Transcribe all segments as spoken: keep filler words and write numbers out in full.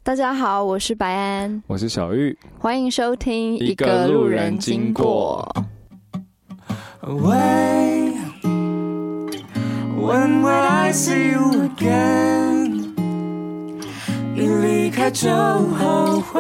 大家好，我是白安， 我是小玉， 欢迎收听一个路人经过。 When will I see you again？ 一离开就后悔，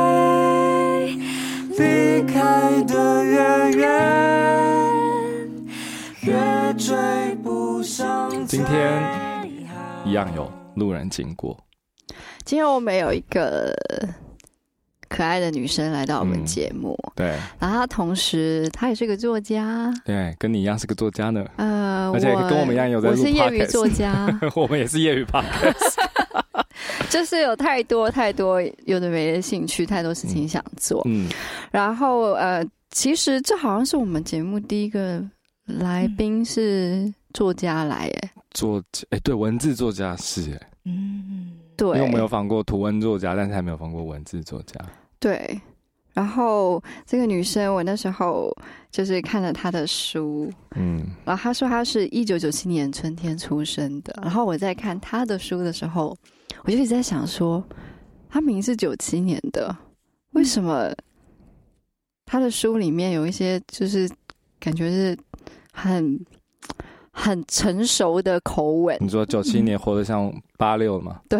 离开的越远，越追不上。 今天一样有路人经过。 今天我们有一个可爱的女生来到我们节目，嗯、 对， 然后她同时她也是个作家， 对，跟你一样是个作家呢， 呃， 而且跟我们一样有在录 podcast， 我是业余作家， 我们也是业余 podcast， 就是有太多太多有的没的兴趣，太多事情想做，嗯，然后呃，其实这好像是我们节目第一个来宾是作家来，哎， 作家，哎，对，文字作家是，哎， 嗯。对， 因为我们有访过图文作家，但是还没有访过文字作家。 对，然后这个女生，我那时候就是看了她的书，嗯，然后她说她是一九九七年春天出生的，然后我在看她的书的时候，我就一直在想说，她明明是九七年的，为什么她的书里面有一些就是感觉是很。很成熟的口吻。 你说九七年活得像八六吗？ 对，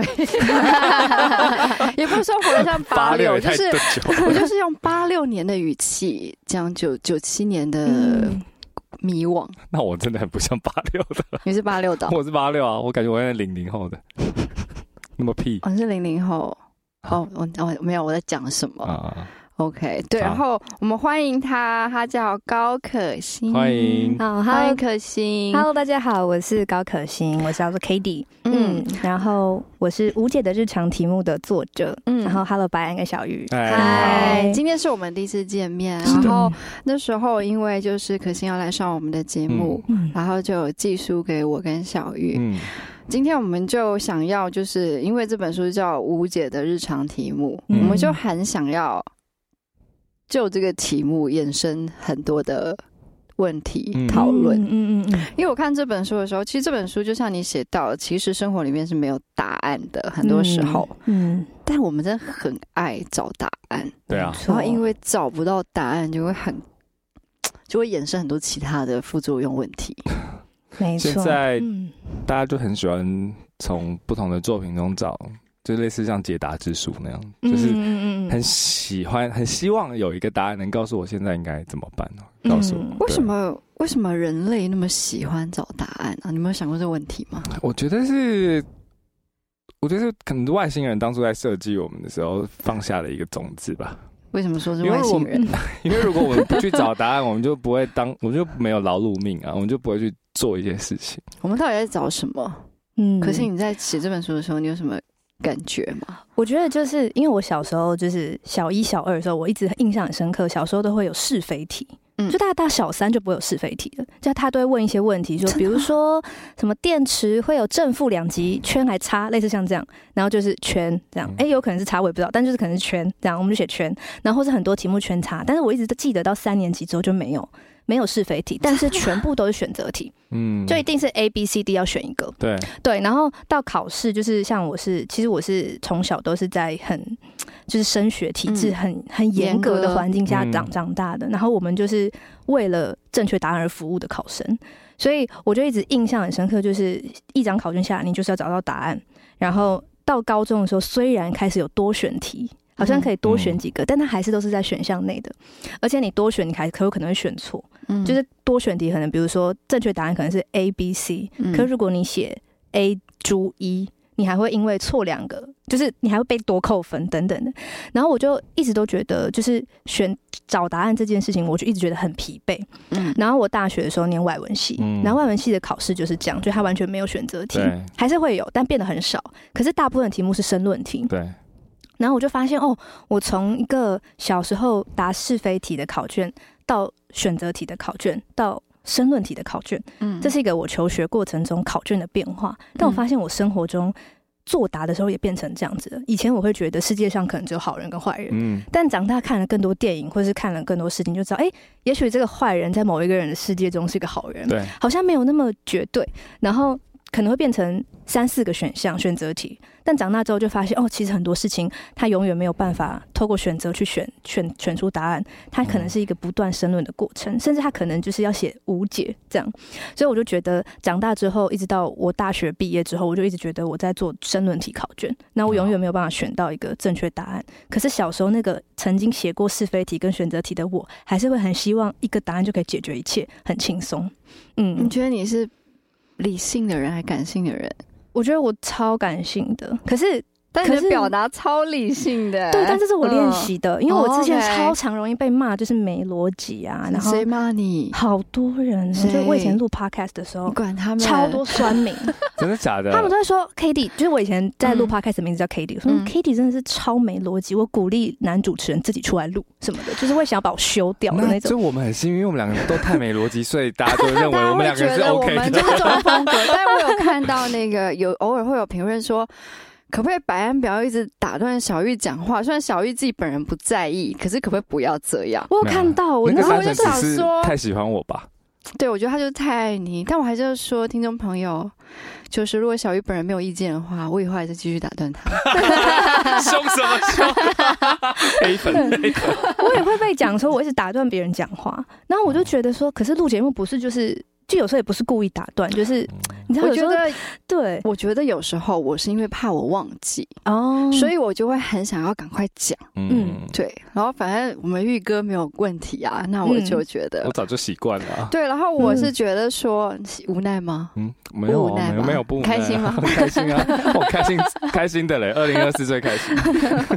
也不是说活得像八六，就是我就是用八六年的语气讲九九七年的迷惘。嗯、 那我真的很不像八六的。 你是八六的？ 我是八六啊，我感觉我是零零后的，那么屁。 我、哦、是零零后。哦，我我没有我在讲什么。啊OK， 对，然后我们欢迎他，他叫高可欣， 欢迎， 好， 欢迎可欣 ，Hello， 大家好，我是高可欣，我叫做 K D， 嗯，然后我是吴姐的日常题目的作者，嗯，然后 Hello， 白安跟小玉， 嗨，今天是我们第一次见面，然后那时候因为就是可欣要来上我们的节目，嗯、然后就有寄书给我跟小玉，嗯。今天我们就想要，就是因为这本书叫吴姐的日常题目，嗯、我们就很想要。就这个题目衍生很多的问题讨论，嗯嗯嗯，因为我看这本书的时候，其实这本书就像你写到，其实生活里面是没有答案的，很多时候，嗯，嗯但我们真的很爱找答案， 对啊， 然后因为找不到答案，就会很就会衍生很多其他的副作用问题。 没错， 现在大家就很喜欢从不同的作品中找。就类似像解答之书那样，就是很喜欢、很希望有一个答案能告诉我现在应该怎么办呢？告诉我， 为什么为什么人类那么喜欢找答案啊？你有没有想过这个问题吗？ 我觉得是，我觉得是可能外星人当初在设计我们的时候放下的一个种子吧。 为什么说是外星人？ 因为如果我们不去找答案，我们就不会当，我们就没有劳碌命啊，我们就不会去做一些事情。 我们到底在找什么？嗯，可是你在写这本书的时候，你有什么？感觉吗？ 我觉得就是因为我小时候就是小一小二的时候，我一直印象很深刻，小时候都会有是非题，嗯，就大概到小三就不会有是非题了，就他都会问一些问题，说比如说什么电池会有正负两极，圈还叉，类似像这样，然后就是圈这样，哎、欸，有可能是叉我也不知道，但就是可能是圈这样，我们就写圈，然后或是很多题目圈叉，但是我一直记得到三年级之后就没有。没有是非题，但是全部都是选择题，嗯，就一定是 A B C D 要选一个， 对对，然后到考试就是像我是，其实我是从小都是在很就是升学体制很、嗯、很严格的环境下长长大的，然后我们就是为了正确答案而服务的考生，所以我就一直印象很深刻，就是一张考卷下来，你就是要找到答案，然后到高中的时候，虽然开始有多选题。好像可以多选几个，嗯、但它还是都是在选项内的，而且你多选，你还可有可能会选错。嗯，就是多选题可能，比如说正确答案可能是 A、B、C，、嗯、可是如果你写 A 猪一，你还会因为错两个，就是你还会被多扣分等等的。然后我就一直都觉得，就是选找答案这件事情，我就一直觉得很疲惫。嗯，然后我大学的时候念外文系，嗯、然后外文系的考试就是这样，就它完全没有选择题，还是会有，但变得很少。可是大部分题目是申论题。 对。 然后我就发现哦，我从一个小时候答是非题的考卷，到选择题的考卷，到申论题的考卷，嗯，这是一个我求学过程中考卷的变化。但我发现我生活中作答的时候也变成这样子了。以前我会觉得世界上可能只有好人跟坏人，嗯，但长大看了更多电影，或是看了更多事情，就知道，哎，也许这个坏人在某一个人的世界中是一个好人， 对， 好像没有那么绝对。然后可能会变成三四个选项选择题，但长大之后就发现哦，其实很多事情它永远没有办法透过选择去选选选出答案，它可能是一个不断申论的过程，甚至它可能就是要写无解这样。所以我就觉得长大之后，一直到我大学毕业之后，我就一直觉得我在做申论题考卷，那我永远没有办法选到一个正确答案。可是小时候那个曾经写过是非题跟选择题的我，还是会很希望一个答案就可以解决一切，很轻松。嗯， 你觉得你是理性的人还是感性的人？ 我觉得我超感性的，可是但你的表达超理性的。 对，但这是我练习的、嗯，因为我之前超常容易被骂，就是没逻辑啊。然后谁骂你？ 好多人，就我以前录 podcast 的时候， 你管他们， 超多酸民， 真的假的？ 他们都会说 K D， 就是我以前在录 podcast 的名字叫 K D，、嗯、我说 K D 真的是超没逻辑。我鼓励男主持人自己出来录什么的，就是会想要把我修掉的那种。 就我们很幸运，因为我们两个都太没逻辑，所以大家都认为我们两个是 OK 的。 我们就是这种风格。但我有看到那个有偶尔会有评论说，可不可以百安不要一直打断小玉讲话？虽然小玉自己本人不在意，可是可不可以不要这样？ 我有看到，我那时候我就想说，太喜欢我吧？ 对，我觉得他就是太爱你。但我还是说，听众朋友，就是如果小玉本人没有意见的话，我以后还是继续打断他。 凶什么凶？黑粉黑粉。 我也会被讲说，我一直打断别人讲话，然后我就觉得说，可是录节目不是就是。就有时候也不是故意打断，就是你知道，有时候对， 我觉得有时候我是因为怕我忘记哦，所以我就会很想要赶快讲，嗯，对。然后反正我们玉哥没有问题啊，那我就觉得、 嗯、我早就习惯了、啊。 对，然后我是觉得说、嗯、无奈吗？ 嗯，没有、啊，无奈没有，没有不无奈、啊， 开心吗？ 开心啊，我开心开心的嘞，二零二四最开心。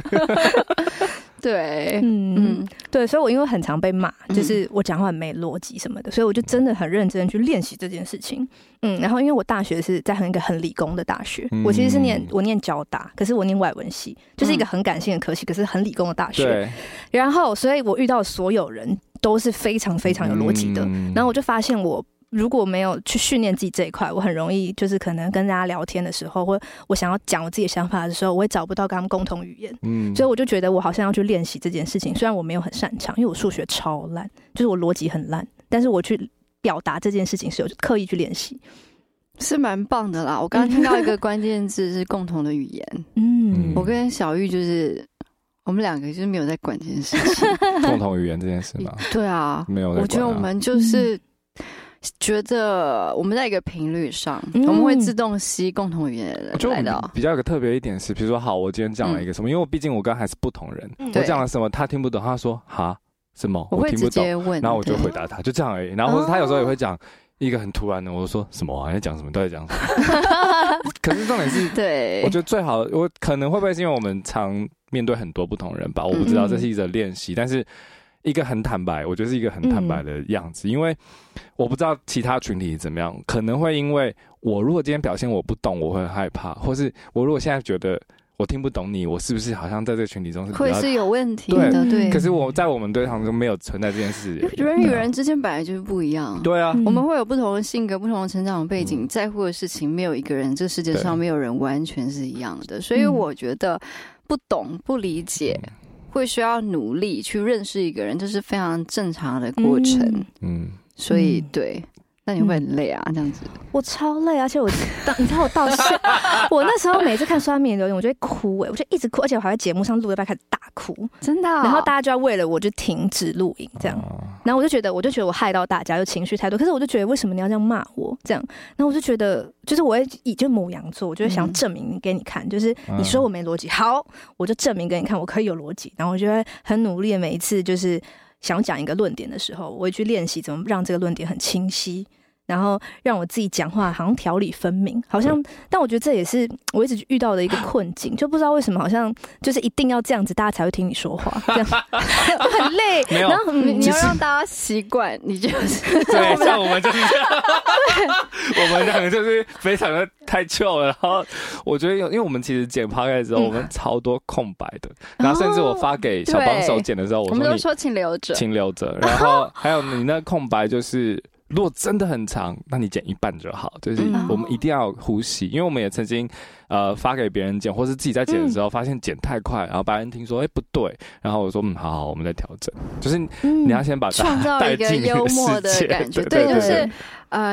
对，嗯嗯，对，所以我因为很常被骂，就是我讲话很没逻辑什么的，所以我就真的很认真去练习这件事情。嗯，然后因为我大学是在很一个很理工的大学，嗯、我其实是念我念交大，可是我念外文系，就是一个很感性的科系，可是很理工的大学。对。然后，所以我遇到的所有人都是非常非常有逻辑的、嗯，然后我就发现我。如果没有去训练自己这一块，我很容易就是可能跟大家聊天的时候，或我想要讲我自己的想法的时候，我会找不到跟他们共同语言。嗯，所以我就觉得我好像要去练习这件事情。虽然我没有很擅长，因为我数学超烂，就是我逻辑很烂，但是我去表达这件事情是有刻意去练习， 是蛮棒的啦。我刚刚听到一个关键字是共同的语言。嗯，我跟小玉就是我们两个就是没有在管这件事情， 共同语言这件事吗？ 对啊， 没有在管啊。 我觉得我们就是。嗯觉得我们在一个频率上、嗯，我们会自动吸共同语言的人来的。 比较有个特别一点是，比如说，好，我今天讲了一个什么，嗯、因为我毕竟我跟他还是不同人，嗯、我讲了什么他听不懂，他说哈什么， 我听不懂， 直接问， 然后我就回答他，就这样而已。然后或者他有时候也会讲一个很突然的，我就说什么啊，你在讲什么？都在讲什么？可是重点是，对，我觉得最好，我可能会不会是因为我们常面对很多不同人吧？我不知道，这是一个练习，但是。一个很坦白，我觉得是一个很坦白的样子、嗯，因为我不知道其他群体怎么样，可能会因为我如果今天表现我不懂，我会很害怕，或是我如果现在觉得我听不懂你，我是不是好像在这个群体中是会是有问题的？对。对可是我在我们对象中没有存在这件事， 人与人之间本来就是不一样。 对啊， 我们会有不同的性格、不同的成长背景，嗯、在乎的事情，没有一个人，这世界上没有人完全是一样的。所以我觉得不懂、不理解。嗯会需要努力去认识一个人，这是非常正常的过程。嗯，所以对，那你会很累啊，这样子。 我超累，而且我到你知道我到现，我那时候每次看酸民留言，我就会哭哎、欸，我就一直哭，而且我还在节目上录一半开始大哭， 真的、哦。 然后大家就要为了我就停止录影这样，然后我就觉得，我就觉得我害到大家，就情绪太多。可是我就觉得，为什么你要这样骂我这样？然后我就觉得，就是我会以就牡羊座，我就会想证明给你看，嗯、就是你说我没逻辑，好，我就证明给你看，我可以有逻辑。然后我就会很努力的每一次就是想讲一个论点的时候，我会去练习怎么让这个论点很清晰。然后让我自己讲话好像条理分明，好像，但我觉得这也是我一直遇到的一个困境，就不知道为什么好像就是一定要这样子，大家才会听你说话，这样就很累。然后你你要让大家习惯，你就是对，像我们就是这样，我们两个就是非常的太 chill 了。然后我觉得，因为我们其实剪 podcast 之后，我们超多空白的，然后甚至我发给小帮手剪的时候，我们都说请留着， 请留着。然后还有你那空白就是。如果真的很长，那你剪一半就好。就是我们一定要呼吸，因为我们也曾经呃发给别人剪，或是自己在剪的时候，发现剪太快，然后白人听说哎、欸、不对，然后我说嗯好好，我们再调整。就是你要先把创造一个幽默的感觉，对，就是呃就是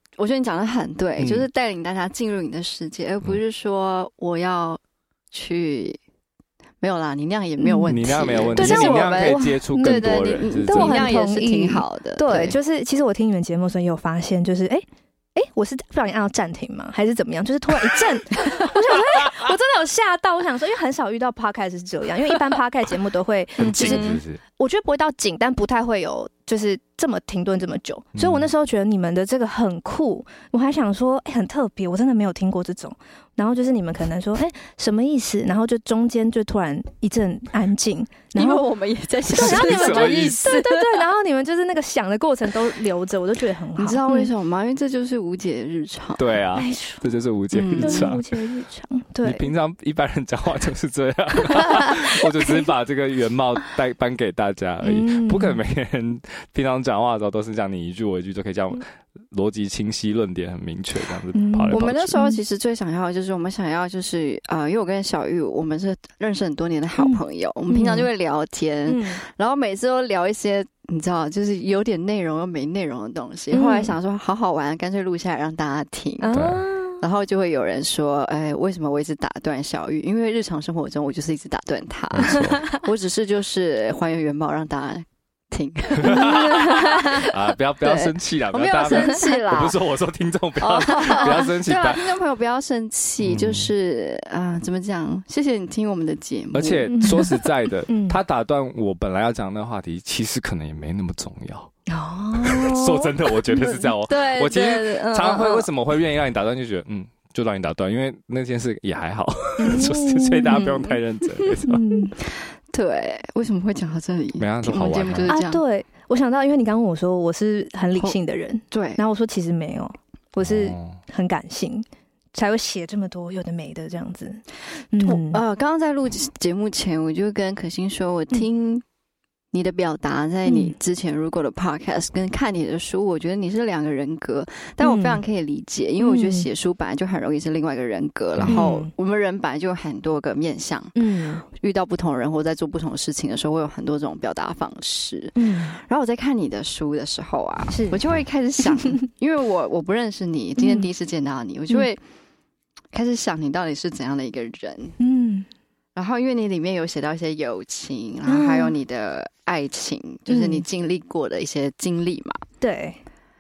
我觉得你讲的很对， 嗯、 就是带领大家进入你的世界，而不是说我要去。没有啦，你那样也没有问题， 你那样没有问题， 对， 你那样可以接触更多人， 对对，但我那样也是挺好的。 对，就是其实我听你们节目的时候也有发现，就是哎。哎，我是不小心按到暂停吗？还是怎么样？就是突然一阵，我想说，哎，我真的有吓到。我想说，因为很少遇到 podcast 是这样，因为一般 podcast 节目都会很紧， 就是我觉得不会到紧，但不太会有就是这么停顿这么久。所以我那时候觉得你们的这个很酷，我还想说，哎，很特别，我真的没有听过这种。然后就是你们可能说，哎，什么意思？然后就中间就突然一阵安静， 因为我们也在想， 然后你们什么意思？ 对对对，然后你们就是那个想的过程都留着，我都觉得很好。 你知道为什么吗？因为这就是吴姐的日常。 对啊，这就是吴姐日常。 吴姐的日常，对。 你平常一般人讲话就是这样，我就只是把这个原貌带颁给大家而已。不可能每个人平常讲话的时候都是这样，你一句我一句就可以这样。逻辑清晰，论点很明确，这样子跑来跑去。 我们那时候其实最想要的就是我们想要就是呃，因为我跟小玉我们是认识很多年的好朋友，嗯、我们平常就会聊天，嗯、然后每次都聊一些你知道就是有点内容又没内容的东西。嗯、后来想说好好玩，干脆录下来让大家听。对。然后就会有人说，哎，为什么我一直打断小玉？因为日常生活中我就是一直打断他，我只是就是还原原貌让大家。听啊！不要不要生气啦！ 我没有生气啦！ 我不是说我说听众不要不要生气， 对啊，听众朋友不要生气，就是啊，怎么讲？谢谢你听我们的节目。 而且说实在的，他打断我本来要讲那个话题，其实可能也没那么重要。哦，说真的，我觉得是这样哦。 对， 我其实常常会为什么会愿意让你打断，就觉得嗯，就让你打断，因为那件事也还好，所以大家不用太认真，没错。 对，为什么会讲到这里？ 没啊，就好玩就是这样。 啊，对，我想到，因为你刚刚问我说我是很理性的人， 对， 然后我说其实没有，我是很感性，才会写这么多有的没的这样子。 嗯，呃，刚刚在录节目前，我就跟可心说，我听你的表达，在你之前如果的 podcast 跟看你的书，我觉得你是两个人格，但我非常可以理解，因为我觉得写书本来就很容易是另外一个人格，然后我们人本来就有很多个面向，嗯，遇到不同人或在做不同的事情的时候，会有很多种表达方式，嗯，然后我在看你的书的时候啊，我就会开始想，因为我我不认识你，今天第一次见到你，我就会开始想你到底是怎样的一个人，嗯。然后，因为你里面有写到一些友情，然后还有你的爱情，嗯、就是你经历过的一些经历嘛。 对。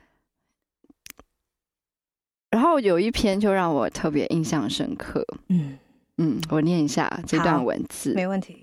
然后有一篇就让我特别印象深刻。嗯嗯，我念一下这段文字， 没问题。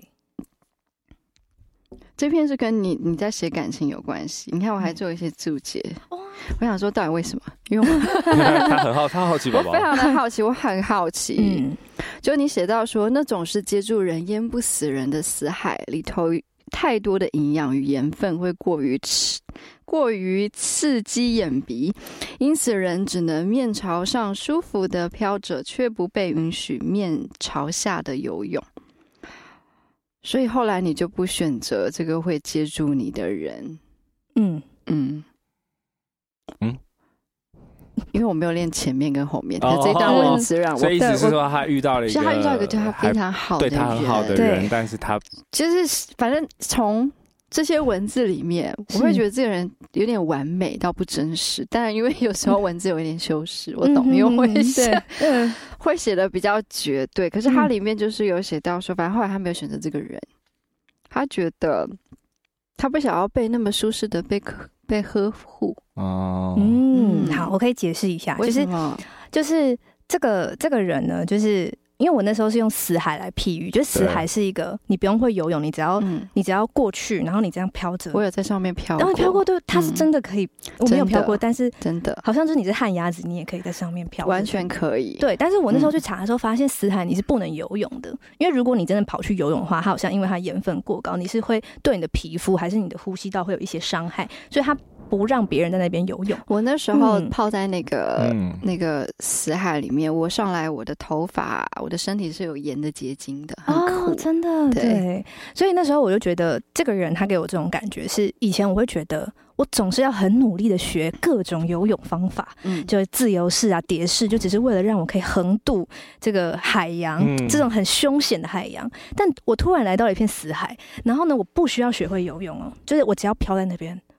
这篇是跟你你在写感情有关系。你看，我还做一些注解。嗯、我想说，到底为什么？因为我他很好，他好奇宝宝， 我非常的好奇，我很好奇。嗯。就你写到说，那种是接住人淹不死人的死海里头，太多的营养与盐分会过于刺过于刺激眼鼻，因此人只能面朝上舒服的飘着，却不被允许面朝下的游泳。所以后来你就不选择这个会接住你的人。嗯嗯嗯。因为我没有练前面跟后面，可是这段文字让我， 所以意思是说他遇到了一个， 是他遇到一个对他非常好的人， 对他很好的人，但是他就是反正从这些文字里面，我会觉得这个人有点完美到不真实。当然，因为有时候文字有一点修饰，我懂，因为会写，嗯，会写的比较绝对。可是他里面就是有写到说，反正后来他没有选择这个人，他觉得他不想要被那么舒适的被被呵护。 哦， 嗯，好，我可以解释一下，就是就是这个这个人呢，就是因为我那时候是用死海来譬喻，就是死海是一个你不用会游泳，你只要、嗯、你只要过去，然后你这样飘着， 我有在上面飘过， 然后飘过，对，它是真的可以，嗯、我没有飘过，但是真的好像就是你是旱鸭子，你也可以在上面飘， 完全可以。 对，但是我那时候去查的时候，发现死海你是不能游泳的，因为如果你真的跑去游泳的话，它好像因为它盐分过高，你是会对你的皮肤还是你的呼吸道会有一些伤害，所以它不让别人在那边游泳。 我那时候泡在那个、嗯、那个死海里面，我上来我的头发、我的身体是有盐的结晶的，很酷， 哦、真的 对, 对。所以那时候我就觉得，这个人他给我这种感觉是，以前我会觉得我总是要很努力的学各种游泳方法，嗯，就是自由式啊、蝶式，就只是为了让我可以横渡这个海洋，嗯、这种很凶险的海洋。但我突然来到了一片死海，然后呢，我不需要学会游泳哦，就是我只要飘在那边。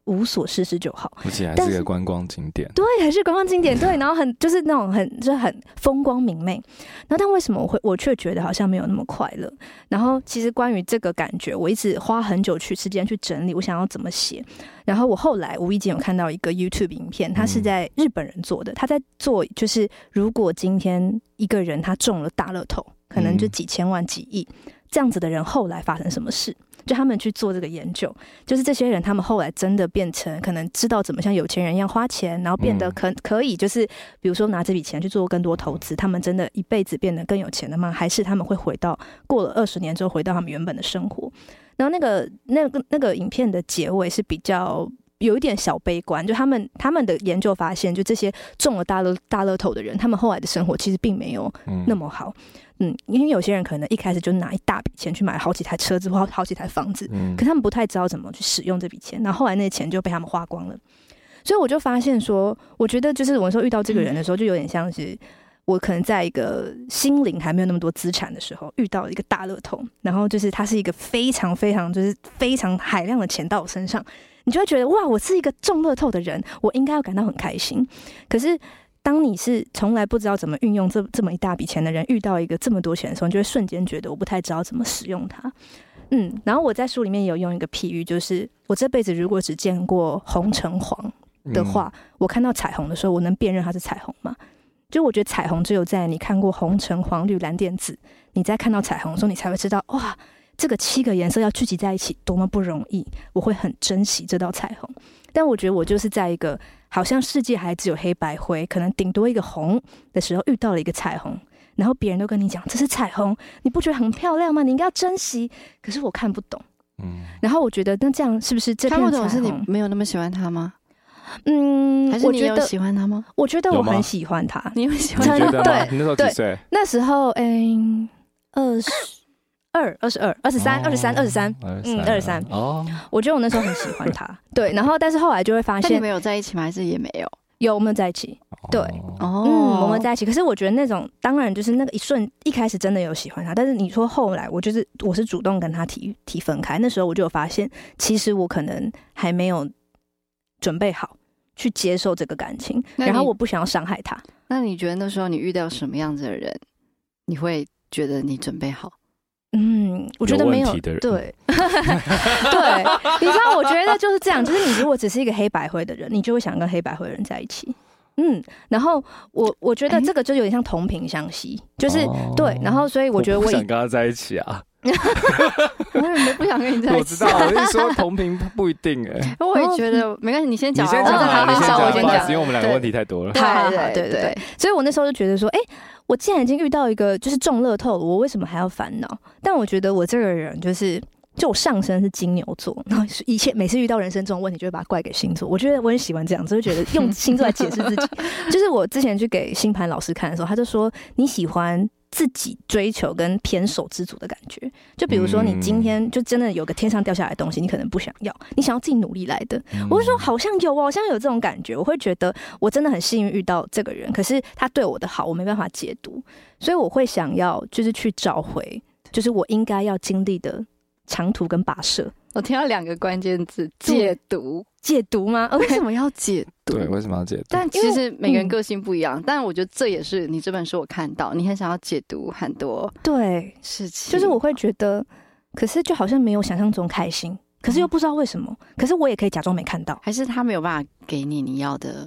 无所事事就好， 而且还是个观光景点。 对，还是观光景点。对，然后很就是那种很就是很风光明媚。然后但为什么我会我却觉得好像没有那么快乐？然后其实关于这个感觉，我一直花很久去时间去整理，我想要怎么写。然后我后来无意间有看到一个 YouTube 影片，他是在日本人做的，他在做就是如果今天一个人他中了大乐透，可能就几千万几亿，这样子的人后来发生什么事？就他们去做这个研究，就是这些人他们后来真的变成可能知道怎么像有钱人一样花钱，然后变得可可以就是比如说拿这笔钱去做更多投资，他们真的一辈子变得更有钱了吗？还是他们会回到过了二十年之后回到他们原本的生活？然后那个那个那个影片的结尾是比较有一点小悲观，就他们他们的研究发现，就这些中了大乐大乐透的人，他们后来的生活其实并没有那么好。嗯，因为有些人可能一开始就拿一大笔钱去买好几台车子或好几台房子，嗯，可他们不太知道怎么去使用这笔钱，然后后来那些钱就被他们花光了。所以我就发现说，我觉得就是我说遇到这个人的时候，就有点像是我可能在一个心灵还没有那么多资产的时候，遇到一个大乐透，然后就是他是一个非常非常就是非常海量的钱到我身上，你就会觉得哇，我是一个中乐透的人，我应该要感到很开心。可是当你是从来不知道怎么运用这这么一大笔钱的人，遇到一个这么多钱的时候，你就会瞬间觉得我不太知道怎么使用它。嗯，然后我在书里面有用一个譬喻，就是我这辈子如果只见过红橙黄的话，嗯，我看到彩虹的时候，我能辨认它是彩虹吗？就我觉得彩虹只有在你看过红橙黄绿蓝靛紫，你在看到彩虹的时候，你才会知道哇，这个七个颜色要聚集在一起多么不容易，我会很珍惜这道彩虹。但我觉得我就是在一个好像世界还只有黑白灰，可能顶多一个红的时候遇到了一个彩虹，然后别人都跟你讲这是彩虹，你不觉得很漂亮吗？你应该要珍惜。可是我看不懂，嗯，然后我觉得那这样是不是这片彩虹看不懂是你没有那么喜欢他吗？ 嗯， 还是你有喜欢他吗？ 我觉得我很喜欢他。 你有喜欢他？ 对， 你那时候几岁？ 那时候嗯，二十。二二十二二十三二十三二十三嗯二十三哦，我觉得我那时候很喜欢他，对，然后但是后来就会发现， 你们有在一起吗？还是也没有？ 有，我们在一起，对，哦，嗯，我们在一起。可是我觉得那种当然就是那个一瞬，一开始真的有喜欢他，但是你说后来，我就是我是主动跟他提提分开，那时候我就有发现，其实我可能还没有准备好去接受这个感情，然后我不想要伤害他。 那你觉得那时候你遇到什么样子的人，你会觉得你准备好？ 嗯，我觉得没有， 有对，对，你知道，我觉得就是这样，就是你如果只是一个黑白灰的人，你就会想跟黑白灰的人在一起。嗯，然后我我觉得这个就有点像同频相吸，就是、哦、对，然后所以我觉得我不想跟他在一起啊。 我也不想跟你在一起。 我知道，我是说同频不一定哎、欸。 我也觉得没关系，你先讲， 你先讲、啊， 你先讲， 我先讲，因为我们两个问题太多了。 对对对 对, 對，所以我那时候就觉得说，哎、欸，我既然已经遇到一个就是中乐透了，我为什么还要烦恼？但我觉得我这个人就是。就我上升是金牛座，然后一切每次遇到人生这种问题，就会把它怪给星座。我觉得我很喜欢这样，就觉得用星座来解释自己。就是我之前去给星盘老师看的时候，他就说你喜欢自己追求跟偏手知足的感觉。就比如说你今天就真的有个天上掉下来的东西，你可能不想要，你想要自己努力来的。我就说好像有哦，好像有这种感觉。我会觉得我真的很幸运遇到这个人，可是他对我的好我没办法解读，所以我会想要就是去找回，就是我应该要经历的。长途跟跋涉， 我听到两个关键字：解读。 解读吗？ Okay. 为什么要解读？ 对，为什么要解读？ 但其实每个人个性不一样，嗯、但我觉得这也是你这本书我看到，你很想要解读很多对事情， 就是我会觉得，可是就好像没有想象中开心，可是又不知道为什么，嗯、可是我也可以假装没看到， 还是他没有办法给你你要的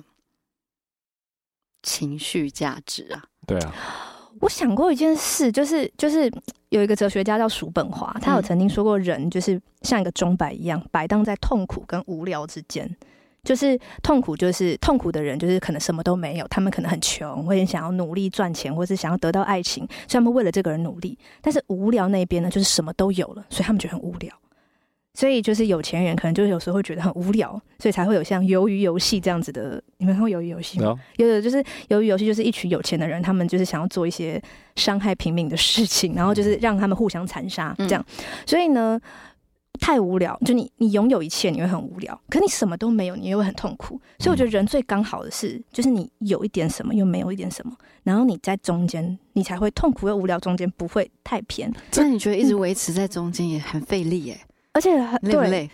情绪价值啊？ 对啊。 我想过一件事，就是就是有一个哲学家叫叔本华，他有曾经说过，人就是像一个钟摆一样，摆荡在痛苦跟无聊之间。就是痛苦，就是痛苦的人，就是可能什么都没有，他们可能很穷，或者想要努力赚钱，或是想要得到爱情，所以他们为了这个人努力。但是无聊那边呢，就是什么都有了，所以他们觉得很无聊。所以就是有钱人可能就是有时候会觉得很无聊，所以才会有像鱿鱼游戏这样子的。你们看过鱿鱼游戏吗？ No. 有的就是鱿鱼游戏，就是一群有钱的人，他们就是想要做一些伤害平民的事情，然后就是让他们互相残杀这样。嗯、所以呢，太无聊，就你你拥有一切你会很无聊，可是你什么都没有你又会很痛苦。所以我觉得人最刚好的是，就是你有一点什么又没有一点什么，然后你在中间，你才会痛苦又无聊，中间不会太偏。 那你觉得一直维持在中间也很费力耶、欸？ 而且累不累？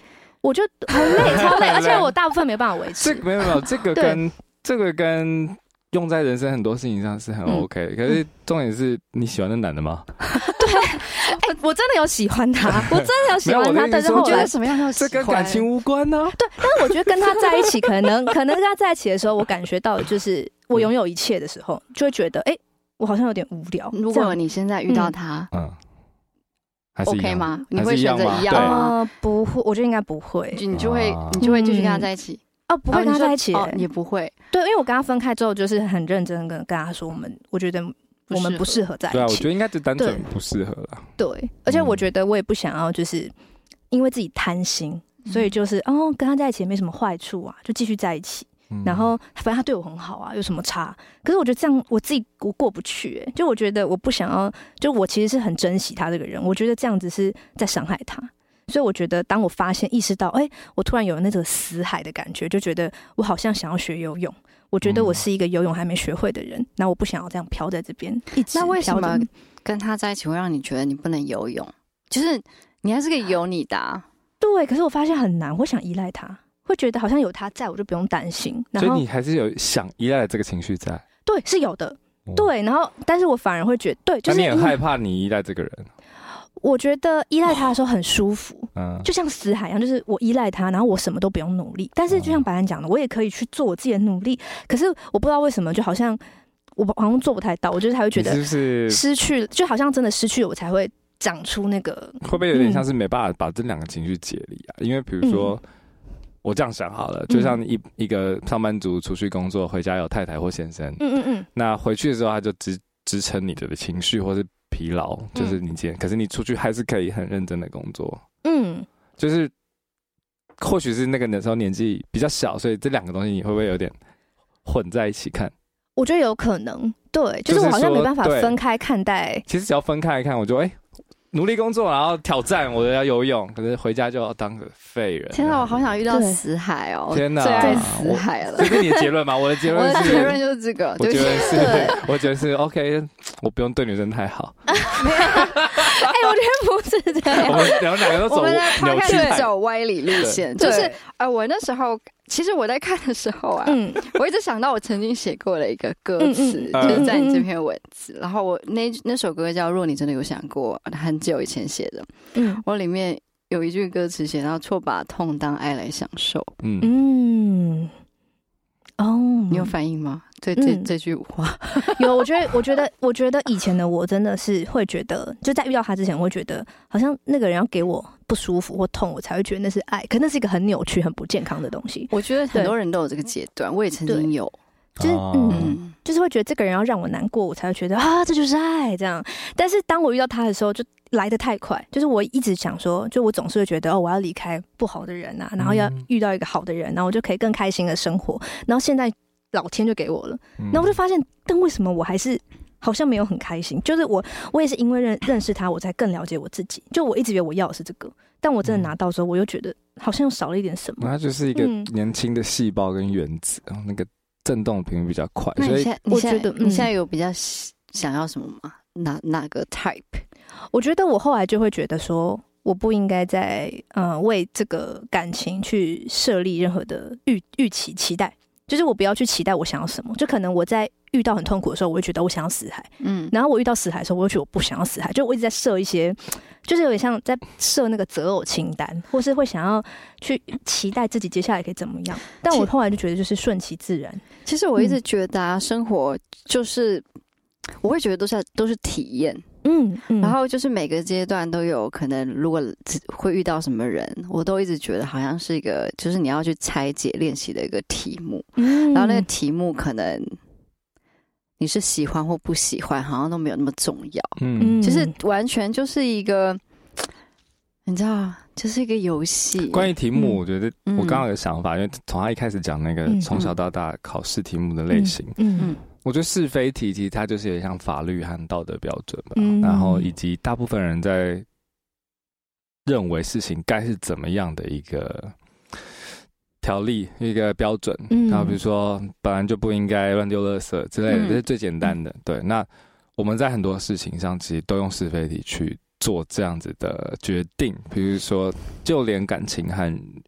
我就很累，超累，而且我大部分没办法维持。 这没有没有，这个跟这个跟用在人生很多事情上是很 OK 的。嗯、可是重点是你喜欢那男的吗？ 对，哎、欸，我真的有喜欢他，我真的有喜欢他，但是我觉得什么样叫喜欢？ 这跟感情无关呢、啊。 对，但是我觉得跟他在一起，可能可能跟他在一起的时候，我感觉到的就是我拥有一切的时候，就会觉得哎、欸，我好像有点无聊。 如果你现在遇到他，嗯。OK 吗？你会选择一样吗？ 呃，不会，我觉得应该不会。 就你就会，你就会继续跟他在一起。 哦，不会跟他在一起、欸， 哦，也不会。 对，因为我跟他分开之后，就是很认真跟跟他说，我们我觉得我们不适合在一起。 对啊，我觉得应该就单纯不适合了。 对，而且我觉得我也不想要，就是因为自己贪心，嗯、所以就是哦，跟他在一起也没什么坏处啊，就继续在一起。嗯、然后反正他对我很好啊，有什么差？可是我觉得这样我自己我过不去、欸，就我觉得我不想要，就我其实是很珍惜他这个人，我觉得这样子是在伤害他。所以我觉得，当我发现意识到，哎、欸，我突然有那种死海的感觉，就觉得我好像想要学游泳。我觉得我是一个游泳还没学会的人，那、嗯、我不想要这样飘在这边一直。 那为什么跟他在一起会让你觉得你不能游泳？就是你还是可以游你的、啊。 对，可是我发现很难，我想依赖他，会觉得好像有他在我就不用担心。然后所以你还是有想依赖的这个情绪在？ 对，是有的。哦、对，然后但是我反而会觉得，对，就是你很害怕你依赖这个人。 我觉得依赖他的时候很舒服，嗯，就像死海一样，就是我依赖他，然后我什么都不用努力。但是就像白兰讲的，我也可以去做我自己的努力。可是我不知道为什么，就好像我好像做不太到，我就是才会觉得失去，就好像真的失去了，我才会长出那个。 会不会有点像是没办法把这两个情绪解离啊？嗯、因为比如说，嗯、我这样想好了，就像一一个上班族出去工作，回家有太太或先生，嗯嗯嗯，那回去的时候他就支支撑你的情绪，或是。疲劳就是你今天、嗯，可是你出去还是可以很认真的工作。嗯，就是或许是那个那时候年纪比较小，所以这两个东西你会不会有点混在一起看？ 我觉得有可能，对，就是我好像没办法分开看待。 其实只要分开来看，我就哎。欸努力工作，然后挑战我要游泳，可是回家就要当个废人。 天哪，我好想遇到死海哦！ 天哪， 最爱死海了。 这是你的结论吗？我的结论是， 我的结论就是这个。 我觉得是，我觉得是 OK。我不用对女生太好。 哎、欸，我觉得不是这样。 我们两两个都走扭曲派， 走歪理路线。就是呃，我那时候。其实我在看的时候啊，嗯、我一直想到我曾经写过的一个歌词，嗯嗯就是在你这篇文字。嗯、然后我那那首歌叫《若你真的有想过》，很久以前写的。嗯，我里面有一句歌词写到“错把痛当爱来享受”。嗯嗯，哦，你有反应吗？对这、嗯、这句话有，我觉得，我觉得，我觉得以前的我真的是会觉得，就在遇到他之前，我会觉得好像那个人要给我不舒服或痛，我才会觉得那是爱。可那是一个很扭曲、很不健康的东西。 我觉得很多人都有这个阶段，我也曾经有， 就是嗯，就是会觉得这个人要让我难过，我才会觉得啊，这就是爱这样。但是当我遇到他的时候，就来得太快，就是我一直想说，就我总是会觉得哦，我要离开不好的人啊，然后要遇到一个好的人，然后我就可以更开心的生活。然后现在。老天就给我了，然后我就发现，但为什么我还是好像没有很开心？就是我，我也是因为认认识他，我才更了解我自己。就我一直以为我要的是这个，但我真的拿到之后，我又觉得好像又少了一点什么。 它就是一个年轻的细胞跟原子，然后那个震动频率比较快。所以我觉得你现在有比较想要什么吗？哪哪个 type？ 我觉得我后来就会觉得说，我不应该再呃为这个感情去设立任何的预预期期待。就是我不要去期待我想要什么，就可能我在遇到很痛苦的时候，我会觉得我想要死海，嗯，然后我遇到死海的时候，我会觉得我不想要死海，就我一直在设一些，就是有点像在设那个择偶清单，或是会想要去期待自己接下来可以怎么样。但我后来就觉得就是顺其自然。 其实我一直觉得啊，嗯、生活就是我会觉得都是都是体验。嗯, 嗯，然后就是每个阶段都有可能，如果会遇到什么人，我都一直觉得好像是一个，就是你要去拆解练习的一个题目。嗯，然后那个题目可能你是喜欢或不喜欢，好像都没有那么重要。嗯，其实完全就是一个，你知道，就是一个游戏。 关于题目，我觉得我刚刚有想法，因为从他一开始讲那个从小到大考试题目的类型，嗯嗯。我觉得是非题其实它就是也像法律和道德标准吧，嗯、然后以及大部分人在认为事情该是怎么样的一个条例、一个标准，嗯、然后比如说本来就不应该乱丢垃圾之类的，嗯、这是最简单的。对，那我们在很多事情上其实都用是非题去做这样子的决定，比如说就连感情和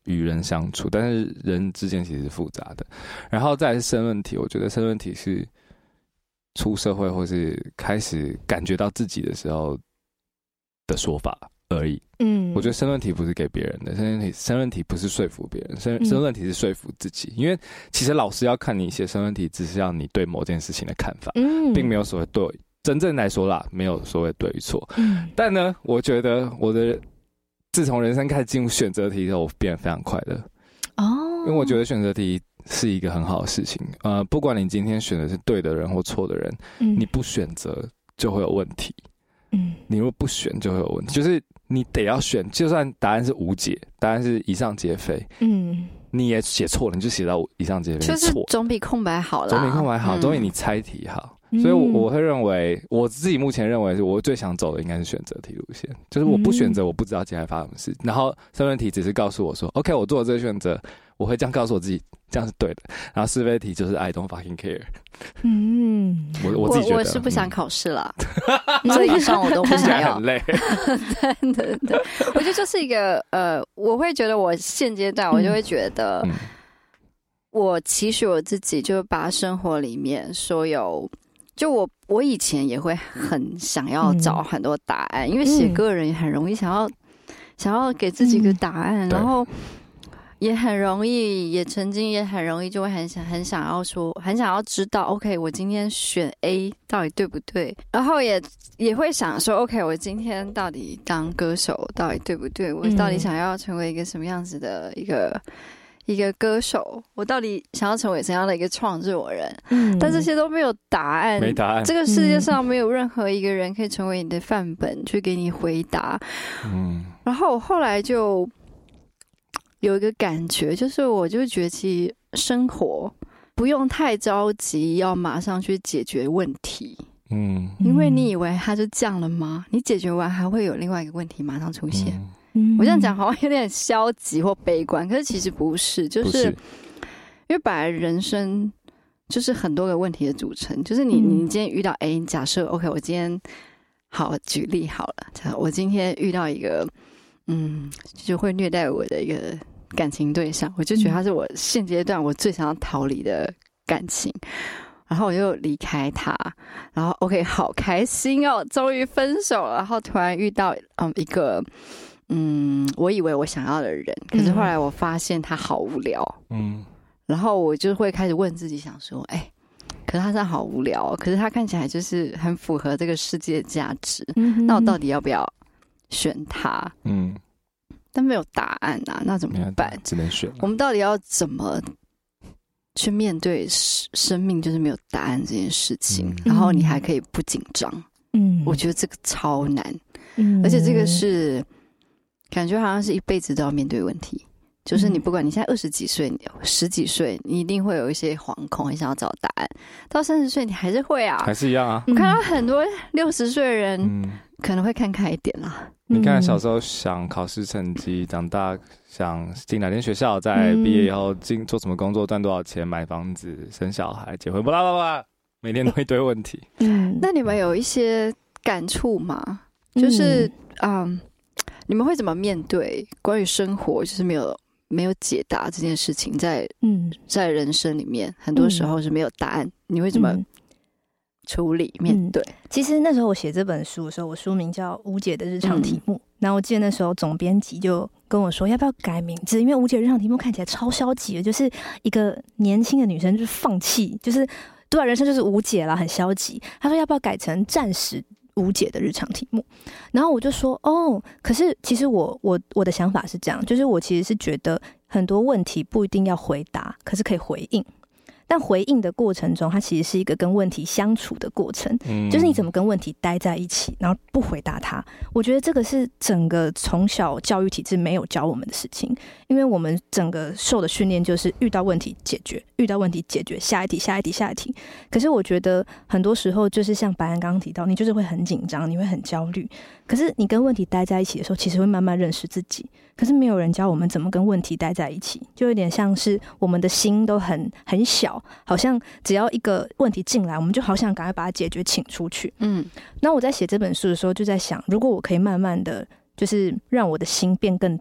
与人相处，但是人之间其实是复杂的。然后再来是申论题，我觉得申论题是出社会或是开始感觉到自己的时候的说法而已。嗯，我觉得申论题不是给别人的，申论题申论题不是说服别人，申申论题是说服自己。因为其实老师要看你写申论题，只是要你对某件事情的看法，嗯，并没有所谓对。真正来说啦，没有所谓对与错。嗯，但呢，我觉得我的自从人生开始进入选择题之后，我变得非常快乐。哦，因为我觉得选择题是一个很好的事情。呃，不管你今天选的是对的人或错的人，嗯，你不选择就会有问题。嗯，你如果不选就会有问题，就是你得要选，就算答案是无解，答案是以上皆非。嗯。你也写错了，你就写到以上皆非， 就是总比空白好啦， 总比空白好，总比你猜题好。嗯，所以我，我会认为，我自己目前认为是我最想走的应该是选择题路线，就是我不选择，我不知道接下来发生什么事。然后申论题只是告诉我说 ，OK， 我做了这个选择，我会这样告诉我自己，这样是对的。然后是非题就是 I don't fucking care。嗯，我我自己觉得我, 我是不想考试啦，这以上我都不想要， 很累。 真的，对，我觉得就是一个呃，我会觉得我现阶段我就会觉得，嗯，我期许我自己就把生活里面所有。就我，我以前也会很想要找很多答案，嗯，因为写个人也很容易想要，嗯，想要给自己一个答案，嗯，然后也很容易，也曾经也很容易就会很想很想要说，很想要知道 ，OK， 我今天选 A 到底对不对？然后也也会想说 ，OK， 我今天到底当歌手到底对不对？我到底想要成为一个什么样子的一个？一个歌手，我到底想要成为怎样的一个创作人？嗯，但这些都没有答案， 没答案。 这个世界上没有任何一个人可以成为你的范本，去给你回答。嗯，然后我后来就有一个感觉，就是我就觉得其实生活不用太着急，要马上去解决问题。嗯，因为你以为它就这样了吗？你解决完还会有另外一个问题马上出现。嗯，我这样讲好像有点消极或悲观，可是其实不是，就是因为本来人生就是很多个问题的组成，就是你你今天遇到 A， 假设 OK， 我今天好举例好了，我今天遇到一个嗯，就会虐待我的一个感情对象，我就觉得他是我现阶段我最想要逃离的感情。然后我就离开他，然后 OK， 好开心哦，终于分手了。然后突然遇到嗯一个嗯我以为我想要的人，可是后来我发现他好无聊，嗯，然后我就会开始问自己，想说，哎、欸，可是他真的好无聊，可是他看起来就是很符合这个世界的价值，嗯，那我到底要不要选他？嗯，但没有答案啊，那怎么办？ 只能选。 我们到底要怎么去面对生命就是没有答案这件事情，嗯，然后你还可以不紧张，嗯，我觉得这个超难，嗯，而且这个是感觉好像是一辈子都要面对的问题，就是你不管你现在二十几岁、十几岁，你一定会有一些惶恐，很想要找答案。到三十岁你还是会啊， 还是一样啊。 我看到很多六十岁的人，嗯，可能会看开一点啦。 你看小时候想考试成绩，长大想进哪间学校，在毕业以后进做什么工作，赚多少钱，买房子、生小孩、结婚，巴拉巴拉，每天都一堆问题。 嗯，那你们有一些感触吗？就是嗯。嗯你们会怎么面对关于生活就是没有没有解答这件事情？在嗯，在人生里面，很多时候是没有答案，嗯，你会怎么处理面对？ 嗯，其实那时候我写这本书的时候，我书名叫《无解的日常题目》，嗯，然后我记得那时候总编辑就跟我说，要不要改名字？因为《无解的日常题目》看起来超消极的，就是一个年轻的女生就是放弃，就是对啊，人生就是无解啦，很消极。他说要不要改成暂时无解的日常题目，然后我就说哦，可是其实我我我的想法是这样，就是我其实是觉得很多问题不一定要回答，可是可以回应。但回应的过程中，它其实是一个跟问题相处的过程，嗯，就是你怎么跟问题待在一起，然后不回答它。我觉得这个是整个从小教育体制没有教我们的事情，因为我们整个受的训练就是遇到问题解决，遇到问题解决，下一题，下一题，下一题。可是我觉得很多时候就是像白安刚刚提到，你就是会很紧张，你会很焦虑。可是你跟问题待在一起的时候，其实会慢慢认识自己。可是没有人教我们怎么跟问题待在一起，就有点像是我们的心都很很小，好像只要一个问题进来，我们就好想赶快把它解决，请出去。嗯，那我在写这本书的时候，就在想，如果我可以慢慢的，就是让我的心变更大，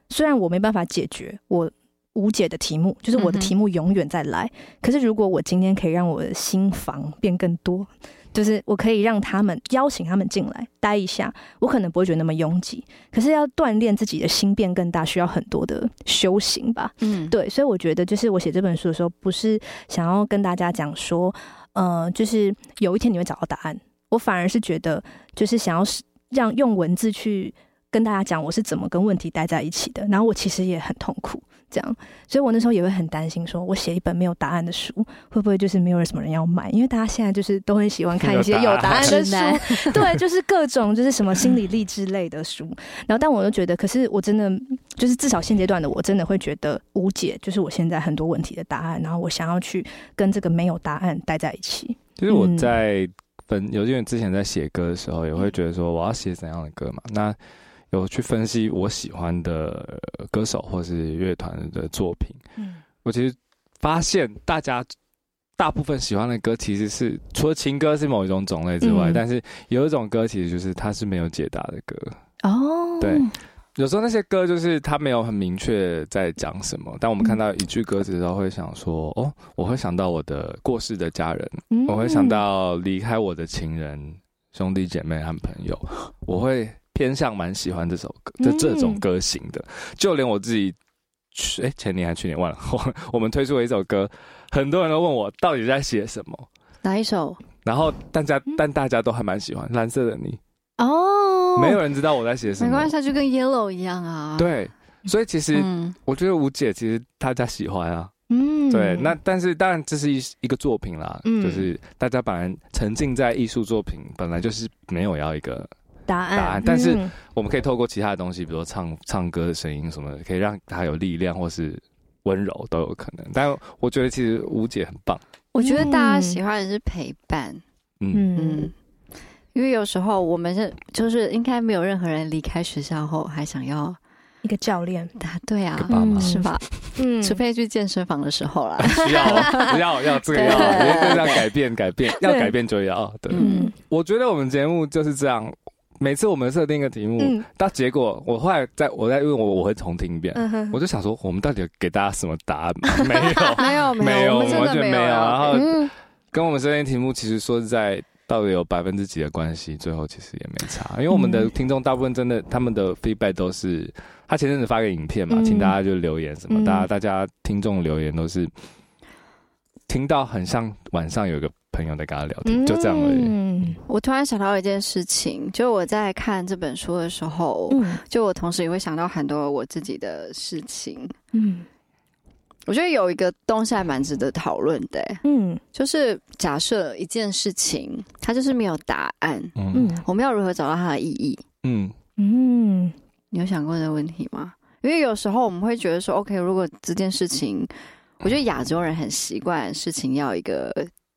虽然我没办法解决我无解的题目，就是我的题目永远在来、嗯、可是如果我今天可以让我的心房变更多，就是我可以让他们邀请他们进来待一下，我可能不会觉得那么拥挤，可是要锻炼自己的心变更大，需要很多的修行吧。嗯，对，所以我觉得就是我写这本书的时候，不是想要跟大家讲说呃，就是有一天你会找到答案，我反而是觉得就是想要让用文字去跟大家讲我是怎么跟问题待在一起的，然后我其实也很痛苦这样，所以我那时候也会很担心说我写一本没有答案的书会不会就是没有什么人要买，因为大家现在就是都很喜欢看一些有答案的书对，就是各种就是什么心理励志类的书，然后但我就觉得可是我真的就是至少现阶段的我真的会觉得无解，就是我现在很多问题的答案，然后我想要去跟这个没有答案待在一起。 就是我在分、嗯、有些人之前在写歌的时候也会觉得说我要写怎样的歌嘛，那有去分析我喜欢的歌手或是乐团的作品、嗯、我其实发现大家大部分喜欢的歌其实是除了情歌是某一种种类之外、嗯、但是有一种歌其实就是它是没有解答的歌哦。对，有时候那些歌就是它没有很明确在讲什么，但我们看到一句歌词的时候会想说哦，我会想到我的过世的家人、嗯、我会想到离开我的情人兄弟姐妹和朋友，我会偏向蛮喜欢这首歌，这这种歌型的，就连我自己，哎，前年还去年忘了，我我们推出了一首歌，很多人都问我到底在写什么， 哪一首？ 然后大家、嗯、但大家都还蛮喜欢《蓝色的你》哦，没有人知道我在写什么， 没关系，就跟 Yellow 一样啊。 对，所以其实、嗯、我觉得无解，其实大家喜欢啊。嗯，对，那但是当然这是一一个作品啦、嗯，就是大家本来沉浸在艺术作品，本来就是没有要一个。答案, 答案，但是我们可以透过其他的东西，比如说唱唱歌的声音什么的，可以让它有力量或是温柔都有可能。但我觉得其实无解很棒。 我觉得大家喜欢的是陪伴，嗯嗯，因为有时候我们是就是应该没有任何人离开学校后还想要一个教练， 对啊，嗯、是吧？嗯，除非去健身房的时候啦。 需要，不要要这个要，这个要改变改变，要改变就要。对，嗯，我觉得我们节目就是这样。每次我们设定一个题目、嗯、到结果我后来在我在问我我会重听一遍、嗯、我就想说我们到底有给大家什么答案吗？没有没有没有我们完全没有，然后跟我们设定题目其实说实在到底有百分之几的关系，最后其实也没差，因为我们的听众大部分真的他们的 feedback 都是他前阵子发个影片嘛、嗯、请大家就留言什么、嗯、大家大家听众留言都是听到很像晚上有一个朋友在跟他聊天、嗯、就这样而已。 我突然想到一件事情，就我在看这本书的时候、嗯、就我同时也会想到很多我自己的事情。嗯，我觉得有一个东西还蛮值得讨论的、欸、嗯，就是假设一件事情它就是没有答案，嗯，我们要如何找到它的意义？嗯嗯，你有想过这个问题吗？因为有时候我们会觉得说 OK， 如果这件事情，我觉得亚洲人很习惯事情要一个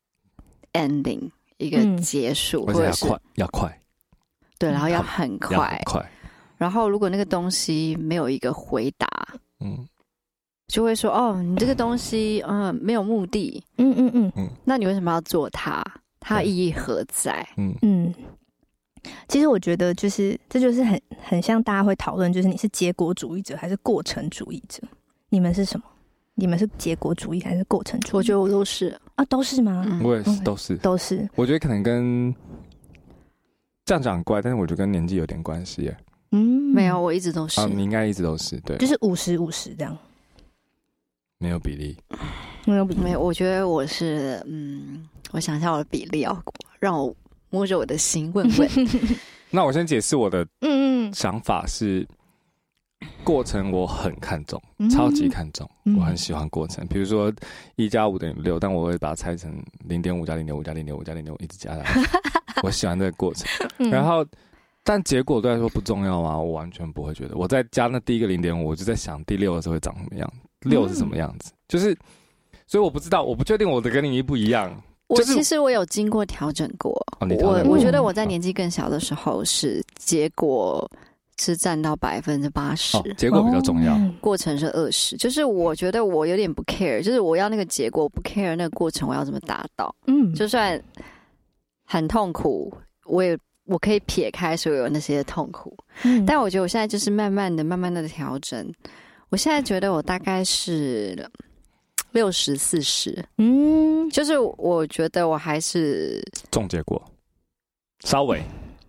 ending， 一个结束、 嗯、或者是要快要快， 对，然后要很快， 要很快， 然后如果那个东西没有一个回答，嗯，就会说哦，你这个东西嗯没有目的，嗯嗯嗯嗯，那你为什么要做它？它意义何在？嗯嗯。 其实我觉得就是这就是很很像大家会讨论，就是你是结果主义者还是过程主义者？你们是什么？你们是结果主义还是过程主义？ 我觉得我都是啊，都是吗？ 嗯、我也是，都是， 都是。 我觉得可能跟这样讲很怪，但是我觉得跟年纪有点关系耶。 嗯，没有，我一直都是。 啊，你应该一直都是，对， 就是五十五十这样， 没有比例， 没有比例， 没有。我觉得我是，嗯，我想一下我的比例哦，让我摸着我的心问问。 那我先解释我的想法是，过程我很看重，嗯、超级看重、嗯，我很喜欢过程。比如说一加五等于六，但我会把它拆成零点五加零点五加零点五加零点五，一直加上去。我喜欢这个过程。嗯、然后，但结果对来说不重要吗？我完全不会觉得。我在加那第一个零点五，我就在想第六的时候会长什么样，六是什么样子，嗯、就是，所以我不知道，我不确定我的跟你不一样。 我其实我有经过调整过，哦、你调整过我我觉得我在年纪更小的时候是结果是占到百分之八十， 结果比较重要， 过程是二十。就是我觉得我有点不 care， 就是我要那个结果，不 care 那个过程我要怎么达到。嗯，就算很痛苦，我也我可以撇开所有那些痛苦，嗯，但我觉得我现在就是慢慢的、慢慢的调整。我现在觉得我大概是六十四十，嗯，就是我觉得我还是重结果，稍微，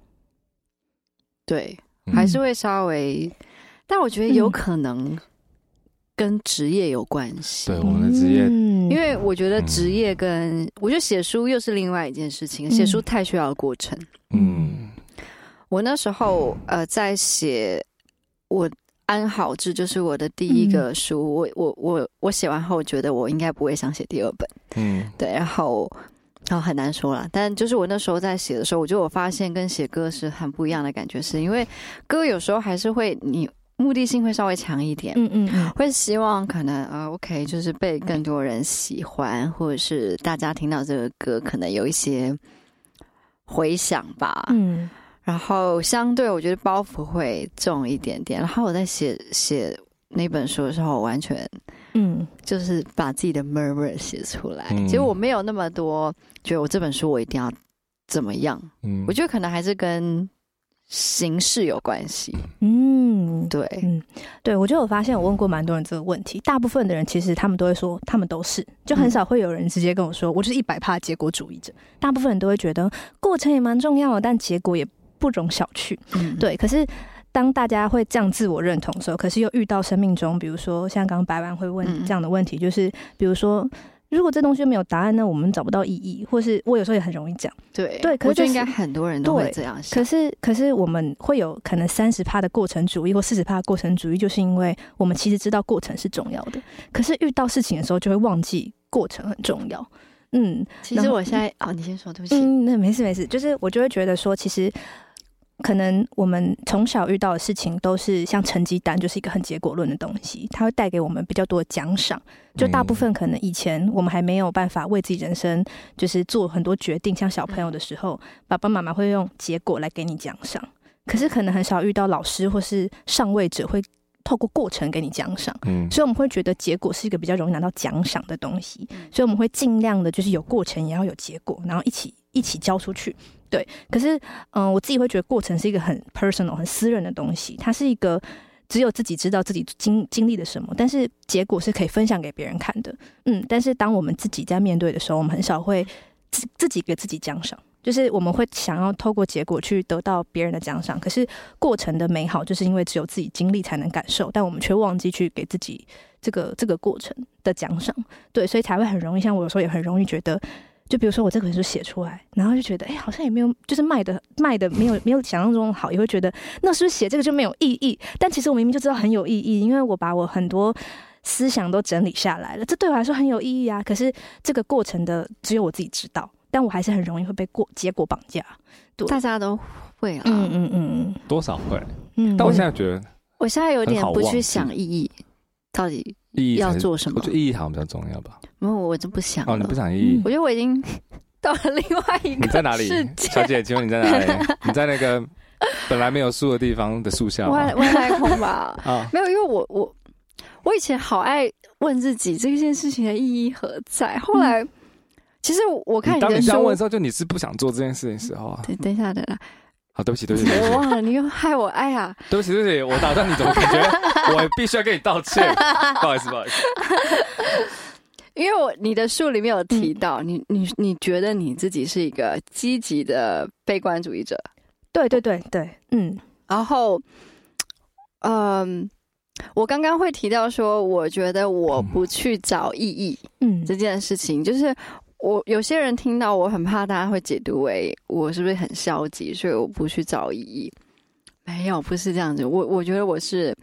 对，还是会稍微，嗯、但我觉得有可能跟职业有关系。 对，我们的职业， 因为我觉得职业跟、嗯、我觉得写书又是另外一件事情，写书太需要过程。嗯，我那时候呃在写我。安好志就是我的第一个书，嗯、我我我我写完后觉得我应该不会想写第二本，嗯，对，然后然后很难说啦，但就是我那时候在写的时候，我觉得我发现跟写歌是很不一样的感觉，是因为歌有时候还是会你目的性会稍微强一点，嗯嗯嗯，会希望可能呃 OK 就是被更多人喜欢，或者是大家听到这个歌可能有一些回响吧，嗯。然后相对我觉得包袱会重一点点，然后我在写写那本书的时候，我完全嗯，就是把自己的 murmur 写出来。嗯、其实我没有那么多觉得我这本书我一定要怎么样，嗯，我觉得可能还是跟形式有关系。嗯，对， 嗯，对，我觉得我发现我问过蛮多人这个问题，大部分的人其实他们都会说他们都是，就很少会有人直接跟我说、嗯、我就是一百趴结果主义者。大部分人都会觉得过程也蛮重要的，但结果也不容小觑，嗯，对。可是当大家会这样自我认同的时候，可是又遇到生命中，比如说像刚刚白湾会问这样的问题，嗯、就是比如说，如果这东西没有答案呢，我们找不到意义，或是我有时候也很容易讲， 对对。可是、就是、 我觉得应该很多人都会这样想。 可是可是我们会有可能三十趴的过程主义或四十趴的过程主义，就是因为我们其实知道过程是重要的，可是遇到事情的时候就会忘记过程很重要。嗯， 其实我现在哦，你先说，对不起。 嗯，那没事没事，就是我就会觉得说，其实。可能我们从小遇到的事情都是像成绩单，就是一个很结果论的东西，它会带给我们比较多的奖赏。就大部分可能以前我们还没有办法为自己人生就是做很多决定，像小朋友的时候，爸爸妈妈会用结果来给你奖赏。可是可能很少遇到老师或是上位者会透过过程给你奖赏，嗯，所以我们会觉得结果是一个比较容易拿到奖赏的东西，所以我们会尽量的就是有过程也要有结果，然后一起一起交出去。对，可是嗯、呃，我自己会觉得过程是一个很 personal 很私人的东西，它是一个只有自己知道自己经经历了什么，但是结果是可以分享给别人看的。嗯，但是当我们自己在面对的时候，我们很少会自自己给自己奖赏，就是我们会想要透过结果去得到别人的奖赏，可是过程的美好就是因为只有自己经历才能感受，但我们却忘记去给自己这个这个过程的奖赏。对，所以才会很容易，像我有时候也很容易觉得。就比如说我这本书写出来，然后就觉得，哎、欸，好像也没有，就是卖的卖的没有没有想象中好，也会觉得那是不是写这个就没有意义？但其实我明明就知道很有意义，因为我把我很多思想都整理下来了，这对我来说很有意义啊。可是这个过程的只有我自己知道，但我还是很容易会被过结果绑架。对， 大家都会啦， 嗯嗯嗯， 多少会。嗯，但我现在觉得， 我现在有点不去想意义到底要做什么。 我觉得意义好像比较重要吧。 没有，我就不想了。 哦，你不想意义？ 我觉得我已经到了另外一个世界。 你在哪里，小姐？请问你在哪里？你在那个本来没有树的地方的树下吗？ 外外太空吧？啊，没有，因为我我我以前好爱问自己这件事情的意义何在。后来，嗯、其实我看你的书， 当你这样问的时候，就你是不想做这件事情的时候啊。 等等一下，等一下。 好，对不起，对不起， 我忘了，你又害我，哎呀， 对不起，对不起，我打断你，怎么感觉我必须要跟你道歉？不好意思，不好意思。 因为我你的书里面有提到，嗯、你你你觉得你自己是一个积极的悲观主义者， 对对对对，嗯， 然后，嗯，我刚刚会提到说，我觉得我不去找意义，嗯，这件事情就是。我有些人听到我很怕大家会解读为我是不是很消极，所以我不去找意义。没有，不是这样子。我我觉得我是，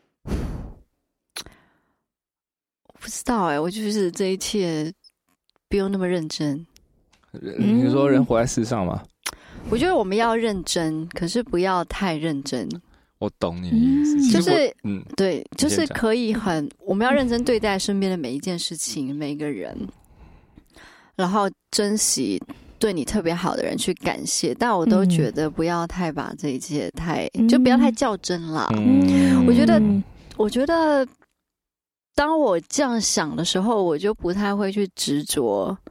我不知道哎、欸，我就是这一切不用那么认真。 你说人活在世上吗？ 我觉得我们要认真，可是不要太认真。 我懂你的意思， 就是嗯，对，就是可以很，我们要认真对待身边的每一件事情，每一个人。然后珍惜对你特别好的人，去感谢，但我都觉得不要太把这一切太、嗯、就不要太较真啦。嗯、我觉得，我觉得，当我这样想的时候，我就不太会去执着